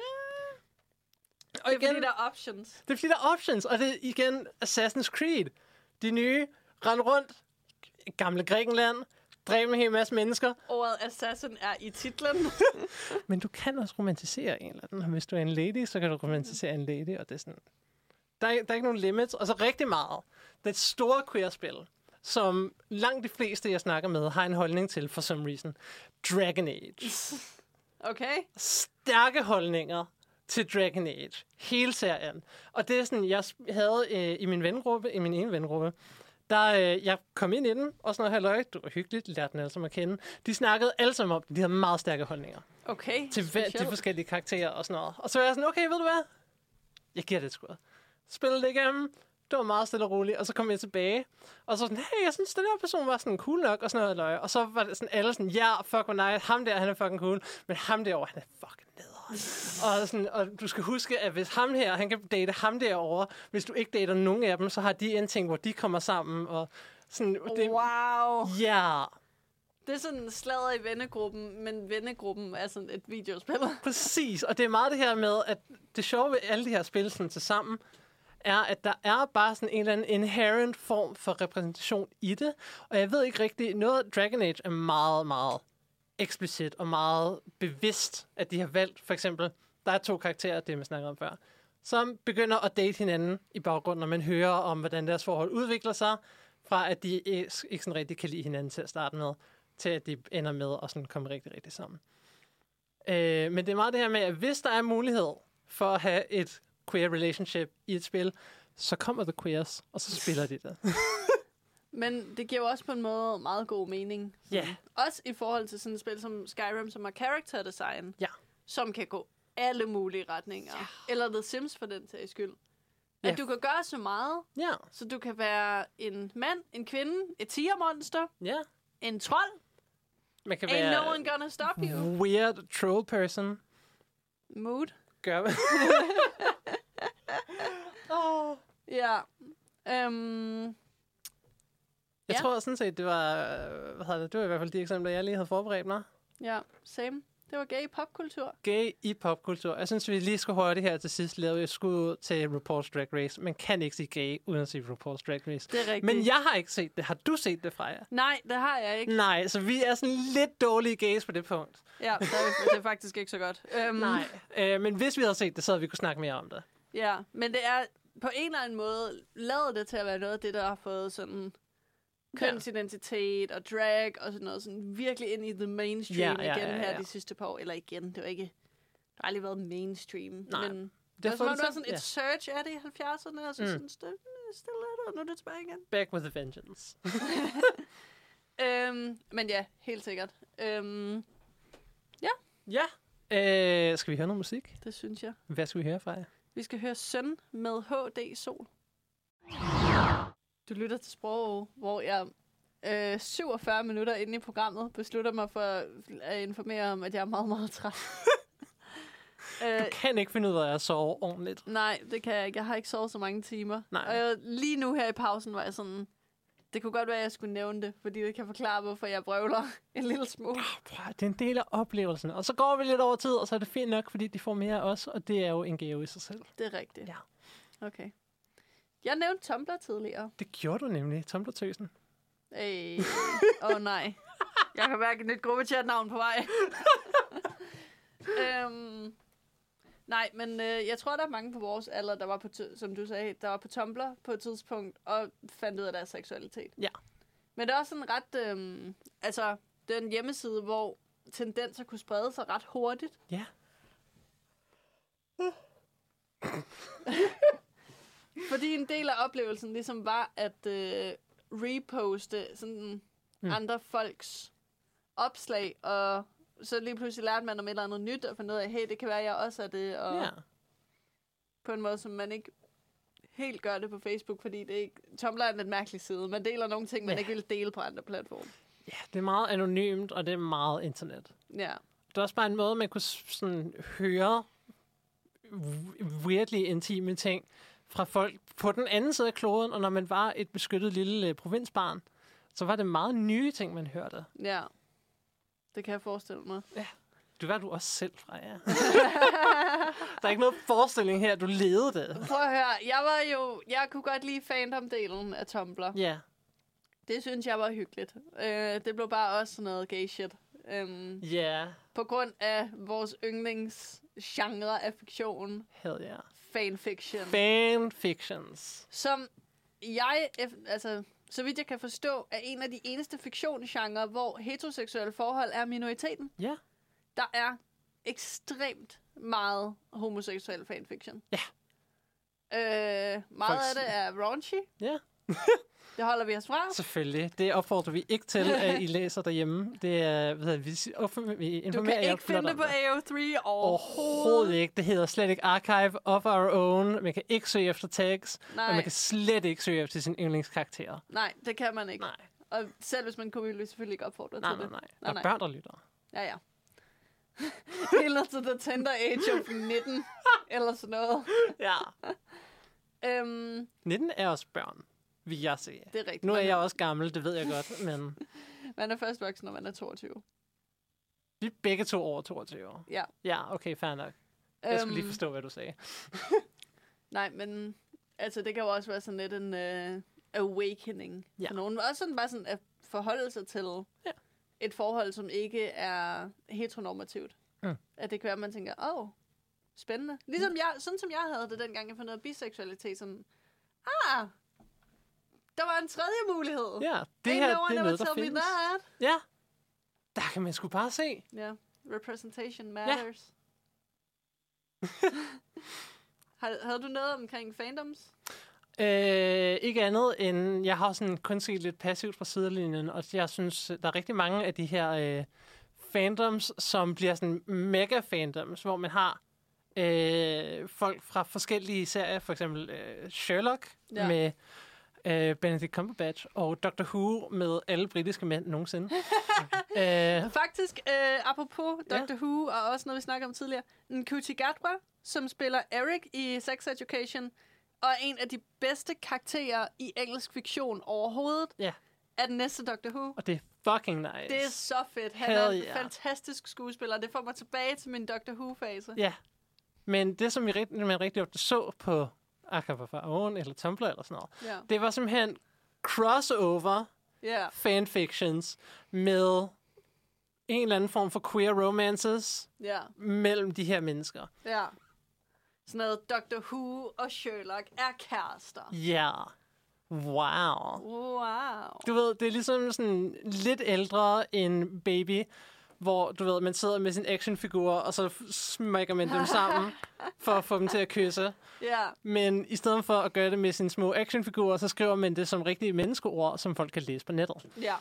Og Det er igen, fordi, der er options. det er fordi, der er options, og det er igen Assassin's Creed. De nye, rend rundt, gamle Grækenland, dræb en hel masse mennesker. Ordet assassin er i titlen. Men du kan også romantisere en eller anden. Hvis du er en lady, så kan du romantisere en lady, og det er sådan... Der er, der er ikke nogen limits, og så rigtig meget. Det er et stort queer-spil, som langt de fleste, jeg snakker med, har en holdning til, for some reason. Dragon Age. Okay. Stærke holdninger til Dragon Age. Hele serien. Og det er sådan, jeg havde øh, i min vennegruppe, i min ene vennegruppe, der øh, jeg kom ind i den, og sådan noget halløj, det var hyggeligt, lærte den alle sammen at kende. De snakkede alle sammen om det, de havde meget stærke holdninger. Okay. Til hver, de forskellige karakterer og sådan noget. Og så var jeg sådan, okay, ved du hvad? Jeg giver det et skud. Spillede det igennem. Det var meget stille og roligt. Og så kom jeg tilbage. Og så sådan, hey, jeg synes, den her person var sådan cool nok. Og sådan noget løg. Og så var det sådan, alle sådan, ja, yeah, fuck, hvor nice. Ham der, han er fucking cool. Men ham derovre, han er fucking nederen. og, sådan, og du skal huske, at hvis ham her, han kan date ham derovre. Hvis du ikke dater nogen af dem, så har de en ting, hvor de kommer sammen. Og sådan, det, Wow. ja, yeah. Det er sådan slader i vennegruppen, men vennegruppen er sådan et videospil. Præcis, og det er meget det her med, at det sjove ved alle de her spil sådan til sammen, er, at der er bare sådan en eller anden inherent form for repræsentation i det. Og jeg ved ikke rigtigt, noget Dragon Age er meget, meget eksplicit og meget bevidst, at de har valgt, for eksempel, der er to karakterer, det man snakkede om før, som begynder at date hinanden i baggrunden, når man hører om, hvordan deres forhold udvikler sig, fra at de ikke sådan rigtig kan lide hinanden til at starte med, til at de ender med at sådan komme rigtig, rigtig sammen. Øh, men det er meget det her med, at hvis der er mulighed for at have et queer relationship i et spil, så kommer the queers, og så spiller de det. Men det giver jo også på en måde meget god mening. Ja. Yeah. Også i forhold til sådan et spil som Skyrim, som har character design, Ja. som kan gå alle mulige retninger. Ja. Eller The Sims for den sags skyld. Ja. At du kan gøre så meget, Ja, så du kan være en mand, en kvinde, et tigermonster, ja. en trold. Man kan Ain't være no one gonna stop you. weird troll person. Mood. Gør man. oh. Ja. Um, Jeg Ja. tror sådan set, det var, øh, hvad hedder det, det var i hvert fald de eksempler, jeg lige havde forberedt mig. ja, same. Det var gay popkultur. Gay i popkultur. Jeg synes, vi lige skal hurtigt her til sidst lave et skud til RuPaul's Drag Race. Man kan ikke sige gay, uden at sige RuPaul's Drag Race. Det er rigtigt. Men jeg har ikke set det. Har du set det, Freja? Nej, det har jeg ikke. Nej, så vi er sådan lidt dårlige gays på det punkt. Ja, det er, det er faktisk ikke så godt. Um, Nej, øh, men hvis vi havde set det, så havde vi kunne snakke mere om det. Ja, men det er på en eller anden måde lavet det til at være noget af det, der har fået sådan kønsidentitet og drag og sådan noget sådan virkelig ind i the mainstream Ja, ja, igen ja, ja. her de sidste par år. Eller igen, det var ikke... Det har aldrig været mainstream. Nej, men det det har var, fået det var det sådan til- et surge af det i halvfjerdserne, og så Mm. sådan stille, stille lidt, og nu er det tilbage igen. Back with a vengeance. Øhm, men ja, helt sikkert. Øhm, Ja. Øh, skal vi høre noget musik? det synes jeg. Hvad skal vi høre, Freja? Vi skal høre Søn med H D Sol. Du lytter til Sprog, hvor jeg øh, syvogfyrre minutter inde i programmet beslutter mig for at informere om, at jeg er meget, meget træt. øh, Du kan ikke finde ud af at sove ordentligt. nej, det kan jeg ikke. Jeg har ikke sovet så mange timer. Nej. Og jeg, lige nu her i pausen var jeg sådan... Det kunne godt være, at jeg skulle nævne det, fordi det kan forklare, hvorfor jeg brøvler en lille smule. Prøv, det er en del af oplevelsen. Og så går vi lidt over tid, og så er det fint nok, fordi de får mere af os, og det er jo en gave i sig selv. Det er rigtigt. Ja. Okay. Jeg nævnte Tumblr tidligere. Det gjorde du nemlig, Tumblr-tøsen. Ej. Åh oh, nej. Jeg kan mærke et nyt gruppechat-navn på vej. øhm, nej, men øh, jeg tror, der er mange på vores alder, der var på, t- som du sagde, der var på Tumblr på et tidspunkt, og fandt ud af deres seksualitet. Ja. Men det er også sådan ret, øh, altså, det er en hjemmeside, hvor tendenser kunne sprede sig ret hurtigt. Ja. Fordi en del af oplevelsen ligesom var at øh, reposte sådan mm. andre folks opslag, og så lige pludselig lærte man om et eller andet nyt, og fandt ud af, hey, det kan være, at jeg også er det, og Ja. på en måde, som man ikke helt gør det på Facebook, fordi det ikke... Tumblr er en lidt mærkelig side. Man deler nogle ting, man Ja. ikke vil dele på andre platforme. Ja, det er meget anonymt, og det er meget internet. Ja. Det er også bare en måde, man kunne s- sådan høre weirdly intime ting fra folk på den anden side af kloden, og når man var et beskyttet lille øh, provinsbarn, så var det meget nye ting, man hørte. Ja. Det kan jeg forestille mig. Det var du også selv fra, ja. Der er ikke noget forestilling her, du levede det. Prøv at høre. Jeg var jo... Jeg kunne godt lide fandom-delen af Tumblr. Ja. Det synes jeg var hyggeligt. Øh, det blev bare også sådan noget gay shit. Um, Ja. på grund af vores yndlingsgenre af fiktion. Hell yeah. Fanfiction. Fanfictions. Som jeg, altså, så vidt jeg kan forstå, er en af de eneste fiktionsgenre, hvor heteroseksuelle forhold er minoriteten. Ja. Der er ekstremt meget homoseksuel fanfiction. Ja. Øh, meget Folk- af det er raunchy. Ja. Det holder vi os fra. Selvfølgelig. Det opfordrer vi ikke til, at I læser derhjemme. Det er, hvad hedder, vi, si- opfor- vi Du informerer kan jer ikke flot finde det om på A O tre Overhovedet overhovedet. ikke. Det hedder slet ikke Archive of Our Own. Man kan ikke søge efter tags, og Nej, man kan slet ikke søge efter sine yndlingskarakterer. nej, det kan man ikke. Nej, Og selv hvis man kunne, ville vi selvfølgelig ikke opfordre nej, til nej, det. nej. Der Nej, er nej. børn, der lytter. Ja, ja. Helt ned til the tender age of nitten, eller sådan noget. Ja. Øhm, nitten er også børn, vil jeg sige. det er rigtigt. Nu er Man jeg også gammel, det ved jeg godt, men Man er først voksen, når man er toogtyve. vi er begge to over toogtyve. Ja. Ja, okay, fair nok. Jeg skulle lige Øhm, forstå, hvad du sagde. Nej, men altså, det kan jo også være sådan lidt en uh, awakening Ja. for nogen. Også sådan bare sådan at forholde sig til Ja. et forhold, som ikke er heteronormativt. Mm. At det kan være, at man tænker, åh, oh, spændende. Ligesom jeg, sådan som jeg havde det dengang, jeg fandt ud af biseksualitet, sådan, ah, der var en tredje mulighed. Ja, det Ain't her, no one det er ever noget, der tell me findes. that. Ja, der kan man sgu bare se. Ja, representation matters. Har, havde du noget omkring fandoms? Øh, ikke andet end, jeg har sådan kun set lidt passivt fra sidelinjen, og jeg synes, der er rigtig mange af de her øh, fandoms, som bliver sådan mega-fandoms, hvor man har øh, folk fra forskellige serier, for eksempel øh, Sherlock Ja. ja. med øh, Benedict Cumberbatch, og Doctor Who med alle britiske mænd nogensinde. øh, Faktisk, øh, apropos Ja. Doctor Who, og også noget, vi snakkede om tidligere, Ncuti Gatwa, som spiller Eric i Sex Education, og er en af de bedste karakterer i engelsk fiktion overhovedet, Ja. er den næste Doctor Who. og det er fucking nice. Det er så fedt. Han Hell er en yeah. fantastisk skuespiller. Det får mig tilbage til min Doctor Who-fase. Ja, men det, som vi rigt- man rigtig ofte så på Archive of Our Own, eller Tumblr, eller sådan noget, Ja. det var simpelthen crossover Ja. fanfictions med en eller anden form for queer romances Ja. mellem de her mennesker. Ja. Sådan noget Doctor Who og Sherlock er kærester. Ja. Wow. Wow. Du ved, det er ligesom sådan lidt ældre end Baby, hvor du ved, man sidder med sin actionfigur, og så f- smækker man dem sammen for at få dem til at kysse. Ja. Men i stedet for at gøre det med sine små actionfigurer, så skriver man det som rigtige menneskeord, som folk kan læse på nettet. Ja.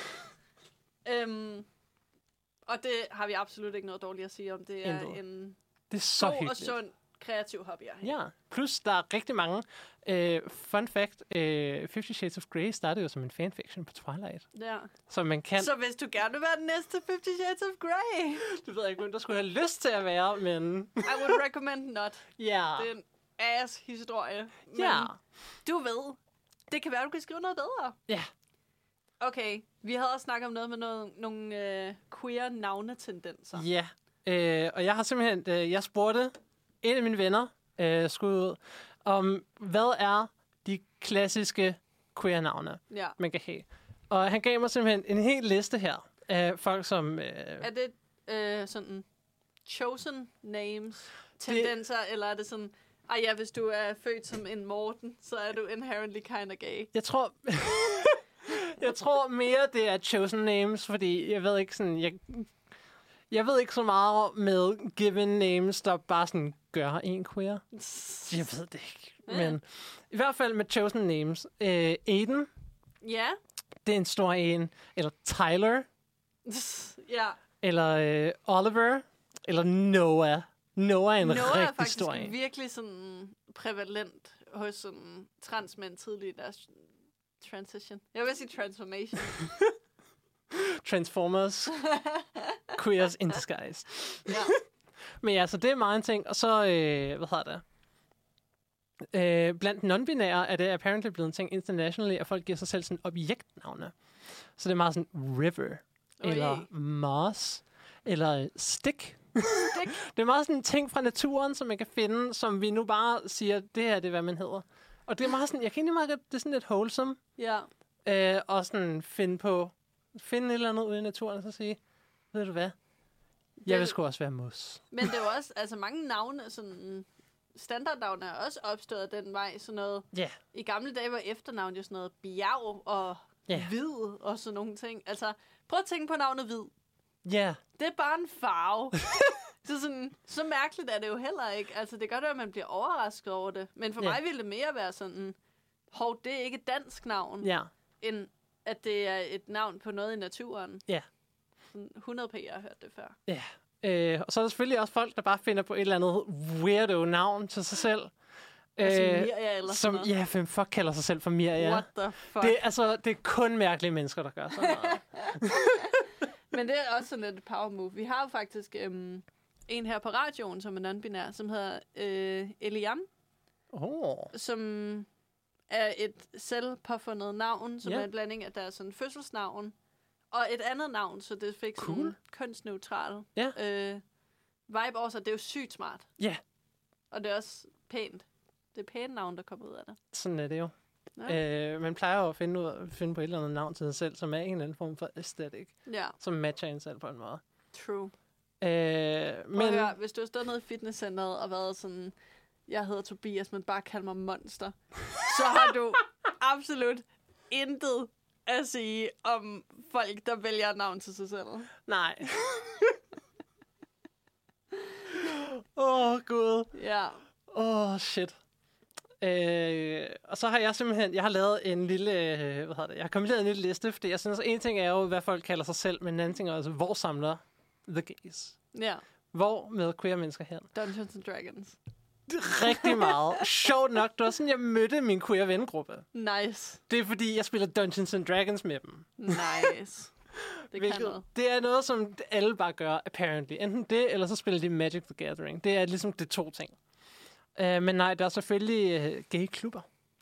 øhm, og det har vi absolut ikke noget dårligt at sige om. Det er Intet. en Det er så god og hyggeligt. sund kreativ hobby. jeg har. Ja, plus der er rigtig mange. Uh, fun fact, uh, Fifty Shades of Grey startede jo som en fanfiction på Twilight. Ja. Så man kan... Så hvis du gerne vil være den næste Fifty Shades of Grey, Du ved ikke, hvem der skulle have lyst til at være, men... I would recommend not. Ja. Det er en ass-historie. Men Ja. du ved, det kan være, du kan skrive noget bedre. Ja. Okay, vi havde også snakket om noget med noget, nogle øh, queer navnetendenser. Ja. Uh, og jeg har simpelthen... Uh, jeg spurgte en af mine venner, uh, skud ud, om hvad er de klassiske queer-navne, Ja. man kan have. Og han gav mig simpelthen en hel liste her af folk, som... Øh, Er det øh, sådan chosen names, tendenser, det, eller er det sådan, ej ja, hvis du er født som en Morten, så er du inherently kind of gay? Jeg tror... jeg tror mere, det er chosen names, fordi jeg ved ikke sådan... Jeg, jeg ved ikke så meget med given names, der bare sådan gør en queer. Jeg ved det ikke. Ja. Men i hvert fald med chosen names. Øh, Aiden, Ja. det er en stor en. Eller Tyler. Ja. Eller øh, Oliver. Eller Noah. Noah er en Noah er rigtig faktisk stor en. virkelig sådan prævalent hos sådan transmænd tidligt i deres transition. Jeg vil sige transformation. Transformers. Queers in disguise. Ja. Men ja, så det er meget en ting. Og så, øh, hvad hedder det? Øh, blandt non-binære er det apparently blevet en ting internationally, at folk giver sig selv sådan objektnavne. Så det er meget sådan River, Oi. eller Moss, eller Stick. Stick. Det er meget sådan en ting fra naturen, som man kan finde, som vi nu bare siger, det her det er, hvad man hedder. Og det er meget sådan, jeg kan egentlig meget godt, det er sådan lidt wholesome, Ja. øh, og sådan finde på, finde et eller andet ude i naturen, og så sige, ved du hvad? Jeg vil sgu også være mos. Men det er jo også, altså mange navne, sådan standardnavne er også opstået den vej, sådan noget. Ja. Yeah. I gamle dage var efternavn jo sådan noget bjerg og Ja. hvid og sådan nogle ting. Altså, prøv at tænke på navnet hvid. Ja. Yeah. Det er bare en farve. så, sådan, så mærkeligt er det jo heller ikke. Altså, det gør det, at man bliver overrasket over det. Men for Ja. mig ville det mere være sådan, hov, det er ikke et dansk navn, Ja. end at det er et navn på noget i naturen. Ja. Sådan hundrede p, jeg har hørt det før. Ja. Øh, og så er der selvfølgelig også folk, der bare finder på et eller andet weirdo navn til sig selv. Altså Øh, Mirja eller som, sådan noget. ja, hvem fuck kalder sig selv for Mirja? What the fuck? Det, altså, det er kun mærkelige mennesker, der gør sådan noget. Men det er også sådan lidt et power move. Vi har jo faktisk øhm, en her på radioen, som er non-binær, som hedder øh, Eliam, Oh. som er et selvpåfundet navn, som Ja. er en blanding af deres sådan, fødselsnavn og et andet navn, så det fik sådan Cool. en kønsneutral Ja. øh, vibe over sig. Det er jo sygt smart. Ja. Og det er også pænt. Det er pænt navn, der kommer ud af det. Sådan er det jo. Ja. Øh, man plejer jo at finde, ud, at finde på et eller andet navn til sig selv, som er en eller anden form for aesthetic, Ja, som matcher en selv på en måde. true. Øh, Men men hør, hvis du har stået nede i fitnesscenteret og været sådan, jeg hedder Tobias, men bare kald mig Monster, så har du absolut intet at sige om folk, der vælger et navn til sig selv. nej. Åh, oh, gud. Ja. Åh, oh, shit. Øh, og så har jeg simpelthen, jeg har lavet en lille, øh, hvad hedder det, jeg har kompileret en lille liste, fordi jeg synes, at en ting er jo, hvad folk kalder sig selv, men en anden ting er også, hvor samler the gays? Ja. Hvor med queer mennesker hen? Dungeons and Dragons. Rigtig meget. Sjovt nok, det var sådan, jeg mødte min queer vengruppe. Nice. Det er fordi, jeg spiller Dungeons and Dragons med dem. Nice. Det kan noget. Det er noget, som alle bare gør, apparently. Enten det, eller så spiller de Magic the Gathering. Det er ligesom de to ting. Uh, men nej, der er selvfølgelig uh, gay-klubber.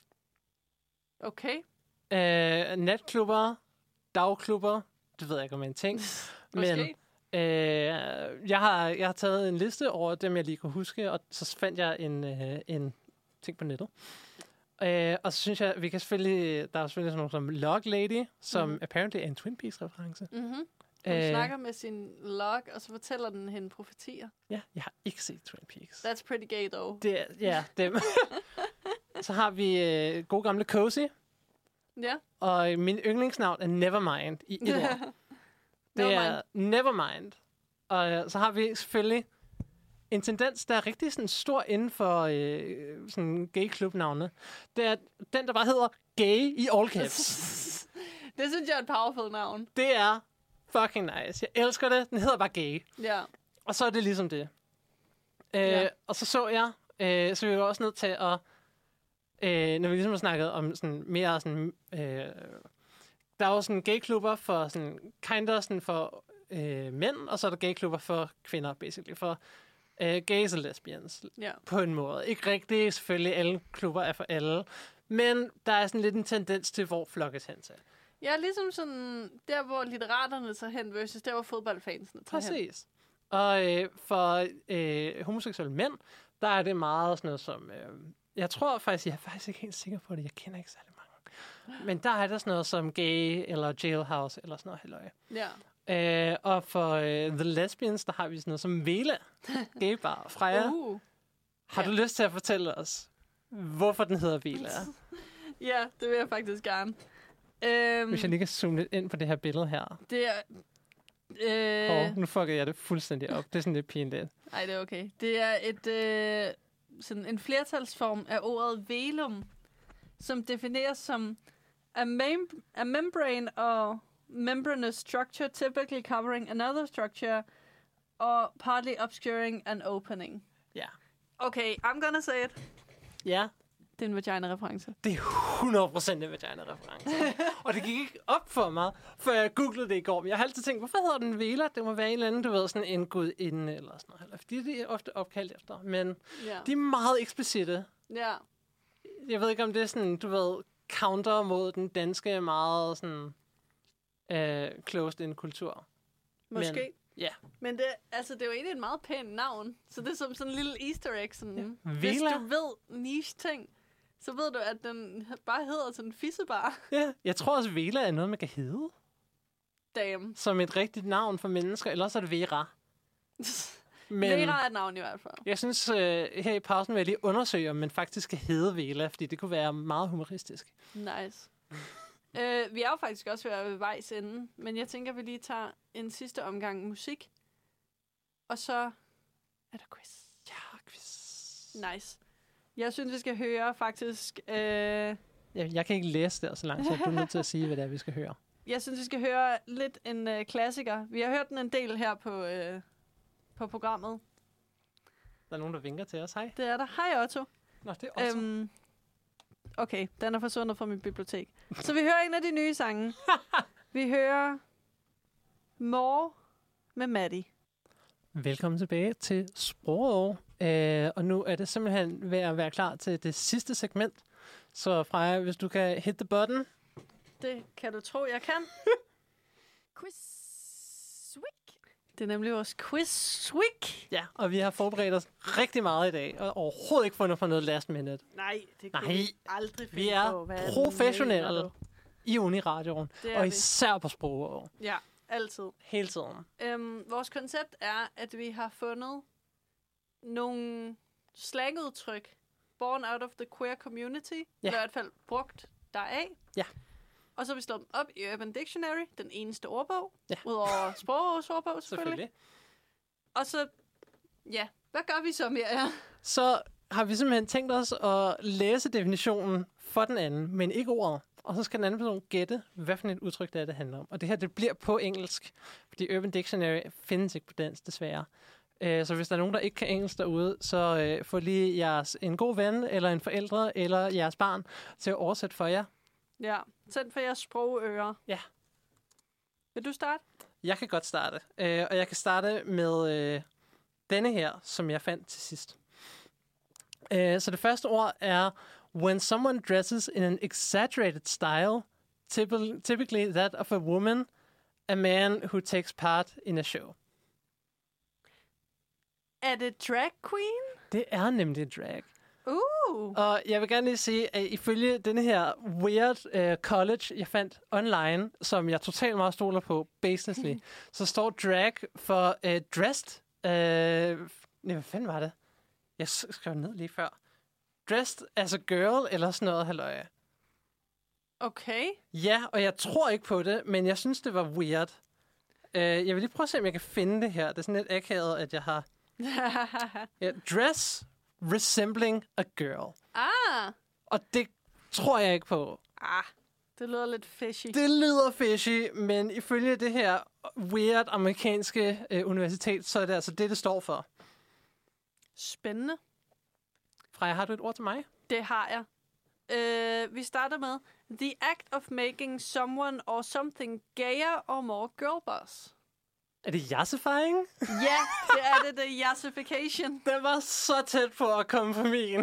Okay. Uh, natklubber, dagklubber, det ved jeg ikke om er en ting. Men Måske. uh, jeg, har, jeg har taget en liste over dem, jeg lige kunne huske, og så fandt jeg en, uh, en ting på nettet. Uh, og så synes jeg, vi kan selvfølgelig, der er selvfølgelig sådan nogle som Log Lady, som Mhm. apparently er en Twin Peaks-reference. Mm-hmm. Hun Øh, snakker med sin log, og så fortæller den hende profetier. Ja, jeg har ikke set Twin Peaks. That's pretty gay, though. Det er, ja, dem. Så har vi øh, god gamle Cozy, Ja. og min yndlingsnavn er Nevermind i et ord. Det er Nevermind. Og øh, så har vi selvfølgelig en tendens, der er rigtig sådan stor inden for øh, sådan gay-klubnavne. Det er den, der bare hedder Gay i all caps. Det synes jeg er et powerful navn. Det er fucking nice. Jeg elsker det. Den hedder bare Gay. Ja. Og så er det ligesom det. Øh, Ja. Og så så jeg, øh, så vi var også nødt til at, øh, når vi ligesom har snakket om sådan mere sådan, øh, der er jo sådan gayklubber for sådan, kinder sådan for øh, mænd, og så er der gayklubber for kvinder, basically, for øh, gays og lesbians, Ja. på en måde. Ikke rigtigt, selvfølgelig, alle klubber er for alle, men der er sådan lidt en tendens til, hvor flokkes hen til. Ja, ligesom sådan, der hvor litteraterne tager hen, versus der hvor fodboldfansene tager hen. Præcis. Og øh, for øh, homoseksuelle mænd, der er det meget sådan noget som... Øh, jeg tror faktisk, jeg er faktisk ikke helt sikker på det. Jeg kender ikke særlig mange. Men der er der sådan noget som gay eller jailhouse eller sådan noget halløj. Ja. Øh, og for øh, The Lesbians, der har vi sådan noget som Vela. Gay bar. Freja, Uh. har ja. du lyst til at fortælle os, hvorfor den hedder Vela? Ja, det vil jeg faktisk gerne. Øhm, Hvis jeg lige kan zoome lidt ind på det her billede her. Det er... Øh, Hov, nu fucker jeg det fuldstændig op. Det er sådan lidt pinligt. Nej, det er okay. Det er et, øh, sådan en flertalsform af ordet velum, som defineres som a, mem- a membrane or membranous structure typically covering another structure or partly obscuring an opening. Ja. Okay, I'm gonna say it. Ja, Det er en vagina-reference. det er hundrede procent en vagina-reference. Og det gik ikke op for mig, før jeg googlede det i går. Men jeg har altid tænkt, hvorfor hedder den Vela? Det må være en eller anden, du ved, sådan en gudinde eller sådan noget. Fordi det er ofte opkaldt efter. Men Ja. de er meget eksplicite. Ja. Jeg ved ikke, om det er sådan, du ved, counter mod den danske meget sådan øh, closed-in kultur. Måske. Men, ja. Men det, altså, det er jo egentlig et meget pænt navn. Så det er som sådan en lille easter egg. Sådan. Ja. Hvis Vela. du ved niche-ting, så ved du, at den bare hedder sådan en fissebar. Ja, jeg tror også, Vela er noget, man kan hedde. Damn. Som et rigtigt navn for mennesker. Eller også er det Vera. Men Vera er et navn i hvert fald. jeg synes, øh, her i pausen vil jeg lige undersøge, om man faktisk skal hedde Vela. Fordi det kunne være meget humoristisk. Nice. øh, vi er jo faktisk også ved at være ved vejs ende. Men jeg tænker, vi lige tager en sidste omgang musik. Og så er der quiz. Ja, quiz. Nice. Jeg synes, vi skal høre faktisk... Øh, Jeg, jeg kan ikke læse der så langt, så du er nødt til at sige, hvad det er, vi skal høre. jeg synes, vi skal høre lidt en øh, klassiker. Vi har hørt den en del her på, øh, på programmet. Der er nogen, der vinker til os. Hej. Det er der. Hej, Otto. Nå, det er også. Øhm, okay, den er forsvundet fra mit bibliotek. Så vi hører en af de nye sange. Vi hører More med Maddie. Velkommen tilbage til Sprogår. Øh, og nu er det simpelthen ved at være klar til det sidste segment. Så Freja, hvis du kan hit the button. Det kan du tro, jeg kan. Quiz week. Det er nemlig vores quiz week. Ja, og vi har forberedt os rigtig meget i dag, og overhovedet ikke fundet på noget last minute. Nej, det Nej, kunne vi aldrig finde vi er på. Hvad professionelle mener du? i Uniradioen, Det er og vi. især på Sprogår. Ja, altid. Hele tiden. Øhm, vores koncept er, at vi har fundet nogle slangudtryk born out of the queer community, Ja. i hvert fald brugt deraf. Ja. Og så har vi slået dem op i Urban Dictionary, den eneste ordbog, Ja. udover Sprogårs ordbog selvfølgelig. Selvfølgelig. Og så, ja, hvad gør vi så mere? Ja. Så har vi simpelthen tænkt os at læse definitionen for den anden, men ikke ordet. Og så skal den anden person gætte, hvad for et udtryk det er, det handler om. Og det her, det bliver på engelsk, fordi Urban Dictionary findes ikke på dansk, desværre. Øh, Så hvis der er nogen, der ikke kan engelsk derude, så øh, få lige jeres en god ven, eller en forældre, eller jeres barn til at oversætte for jer. Ja, send for jeres sprogører. Ja. Vil du starte? Jeg kan godt starte. Øh, og jeg kan starte med øh, denne her, som jeg fandt til sidst. Øh, så det første ord er, when someone dresses in an exaggerated style, typically, typically that of a woman, a man who takes part in a show. Er det drag queen? Det er nemlig drag. Uh. Og jeg vil gerne lige sige, at ifølge denne her weird uh, college, jeg fandt online, som jeg totalt meget stoler på, baselessly, så står drag for uh, dressed. Uh, nej, hvad fanden var det? Jeg skrev ned lige før. Dressed as a girl, eller sådan noget, halløj. Okay. Ja, og jeg tror ikke på det, men jeg synes, det var weird. Uh, jeg vil lige prøve at se, om jeg kan finde det her. Det er sådan lidt akavet, at jeg har... Ja, dress resembling a girl. ah. Og det tror jeg ikke på. Ah, det lyder lidt fishy. Det lyder fishy, men ifølge det her weird amerikanske øh, universitet, så er det altså det, det står for. Spændende. Freja, har du et ord til mig? Det har jeg. Uh, vi starter med the act of making someone or something gayer or more girlboss. Er det jazzifying? Ja, det er det, det er jazzification. Det var så tæt på at komme på min.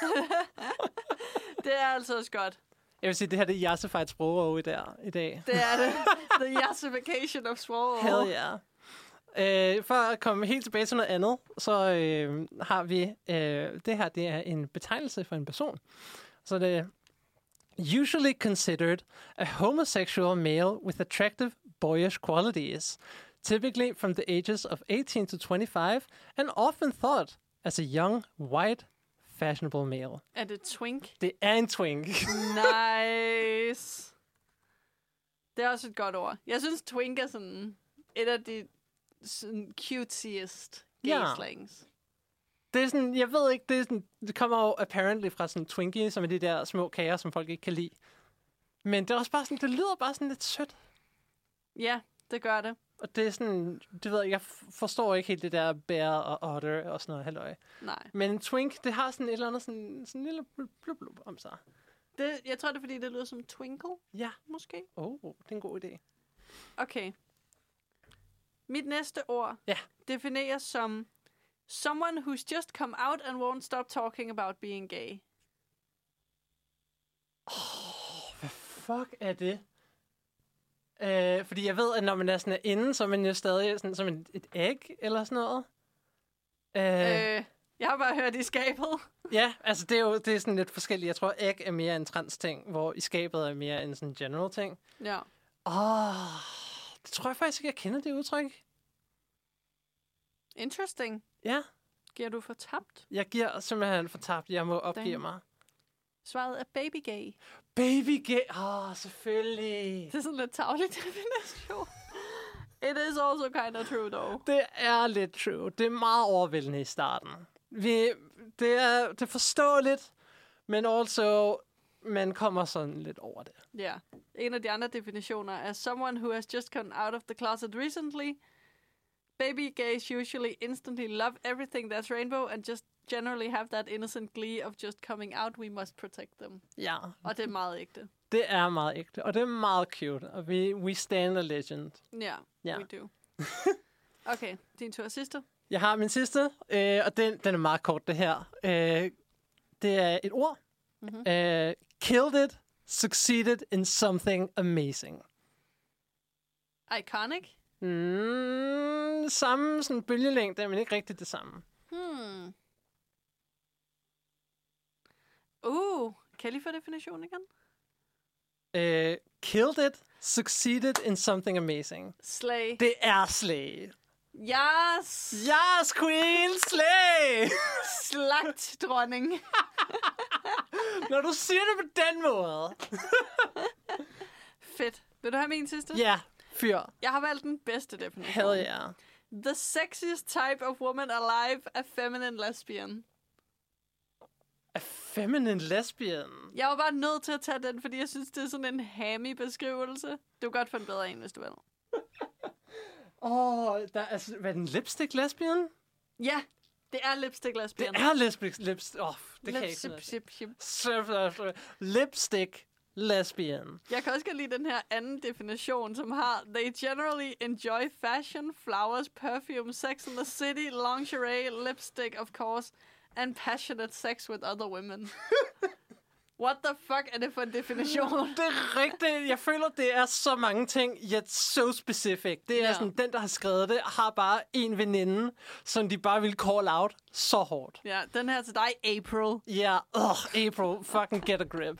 Det er altså også godt. Jeg vil sige, det her det er jazzified sprog i, der, i dag. Det er det. The jazzification of swore. Hell yeah. Øh, for at komme helt tilbage til noget andet, så øh, har vi, øh, det her det er en betegnelse for en person. Så det Usually considered a homosexual male with attractive boyish qualities, typically from the ages of eighteen to twenty-five, and often thought as a young, white, fashionable male. Er det twink? Det er en twink. Nice. Det er også et godt ord. Jeg synes, twink er sådan et af de sådan cutesiest gay Ja. slangs. Det er sådan, jeg ved ikke, det, er sådan, det kommer jo apparently fra sådan Twinkie, som er de der små kager, som folk ikke kan lide. Men det er også bare sådan, det lyder bare sådan lidt sødt. Ja, det gør det. Og det er sådan, det ved jeg, jeg forstår ikke helt det der bear og otter og sådan noget halløj. Nej. Men en twink, det har sådan et eller andet sådan, sådan en lille blub, blub, blub om sig. Det, jeg tror, det er, fordi det lyder som twinkle, Ja. måske. Oh, det er en god idé. Okay. Mit næste ord Ja. defineres som someone who's just come out and won't stop talking about being gay. Hvad fuck er det? Øh, fordi jeg ved, at når man er, sådan er inde, så er man jo stadig sådan, som et, et æg eller sådan noget. Øh, Øh, jeg har bare hørt i skabet. Ja, altså det er jo det er sådan lidt forskelligt. Jeg tror, æg er mere en trans-ting, hvor i skabet er mere en sådan general ting. Ja. Åh, oh, det tror jeg faktisk ikke, jeg kender det udtryk. Interesting. Ja, Giver du for tabt? jeg giver simpelthen for tabt. Jeg må opgive Damn. mig. Svaret er baby gay. Baby gay. Åh, oh, selvfølgelig. Det er sådan lidt tavlig definition. It is also kind of true, though. Det er lidt true. Det er meget overvældende i starten. Vi, det, er, det er forståeligt, men også man kommer sådan lidt over det. Ja. Yeah. En af de andre definitioner er someone who has just come out of the closet recently. Baby gays usually instantly love everything that's rainbow and just generally have that innocent glee of just coming out. We must protect them. Ja, Og det er meget ægte. det er meget ægte, og det er meget cute, og vi we stand a legend. Ja, Ja. we do. Okay, din tur sidste. Jeg har min sidste, øh, og den, den er meget kort, det her. Øh, det er et ord. Mm-hmm. Øh, killed it, succeeded in something amazing. Iconic. Mm, samme sådan bølgelængde, men ikke rigtigt det samme. Hmm. Uh, kan jeg lige få definitionen igen? Øh, killed it, succeeded in something amazing. Slay. Det er Slay. Yes! Yes, queen, Slay! Slagt, dronning. Når du siger det på den måde. Fedt. Vil du have min sidste? Ja, yeah, fyr. Jeg har valgt den bedste definition. Hell yeah. The sexiest type of woman alive, a feminine lesbian. A feminine lesbian. Jeg var bare nødt til at tage den, fordi jeg synes, det er sådan en hammy beskrivelse. Du kan godt få en bedre en, hvis du vil. Åh, oh, der er altså, hvad er den lipstick lesbian? Ja, det er lipstick lesbian. Det er lipstick lipstick. Åh, oh, det kan jeg ikke Lip, sip, sip, sip. sige. Lipstick lesbian. Jeg kan også godt lide den her anden definition, som har: they generally enjoy fashion, flowers, perfume, sex in the city, lingerie, lipstick, of course, and passionate sex with other women. What the fuck er det for en definition? Det er rigtigt. Jeg føler, det er så mange ting, yet so specific. Det er Ja. sådan, den, der har skrevet det, har bare en veninde, som de bare vil call out så hårdt. Ja, den her til dig, April. Ja, yeah, ugh, April, fucking get a grip.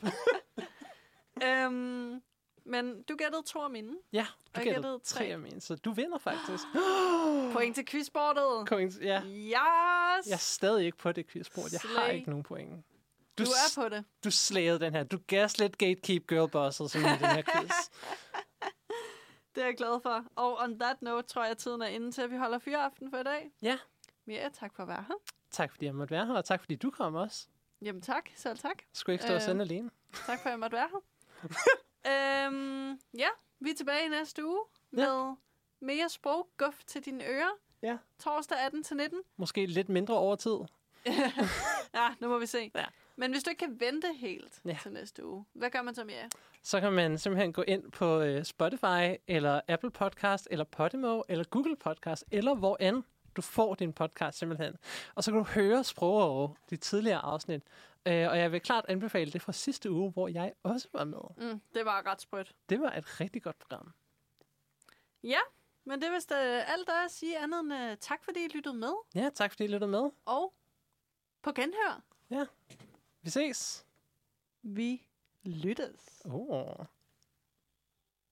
Øhm, men du gættede to af mine. Ja, Og du jeg gættede gættede tre tre. af mine, så du vinder faktisk. Point til quizbordet. Coins, ja. Yes! Jeg er stadig ikke på det quizbord. Jeg har Slay. ikke nogen point. Du er på det. Du slayede den her. Du gaslit gatekeep girlbosset, som i den her quiz. Det er jeg glad for. Og on that note, tror jeg, tiden er inde til, at vi holder fyraften for i dag. Ja. Ja, tak for at være her. Tak fordi jeg måtte være her, og tak fordi du kom også. Jamen tak, selv tak. Skulle ikke stå og Øh. sende alene. Tak for, at jeg måtte være her. øhm, ja, vi er tilbage i næste uge Ja. med mere sprogguff til dine ører. Ja. Torsdag atten til nitten. Måske lidt mindre over tid. Ja, nu må vi se. Ja. Men hvis du ikke kan vente helt Ja. til næste uge, hvad gør man så mere? Så kan man simpelthen gå ind på øh, Spotify, eller Apple Podcast, eller Podimo, eller Google Podcast, eller hvor end du får din podcast simpelthen. Og så kan du høre Sprogov, de tidligere afsnit. Øh, og jeg vil klart anbefale det fra sidste uge, hvor jeg også var med. Mm, det var ret sprødt. Det var et rigtig godt program. Ja, men det er vist uh, alt, der er at sige andet end uh, tak, fordi I lyttede med. Ja, tak fordi I lyttede med. Og på genhør. Vi ses. Vi lyttes. Oh.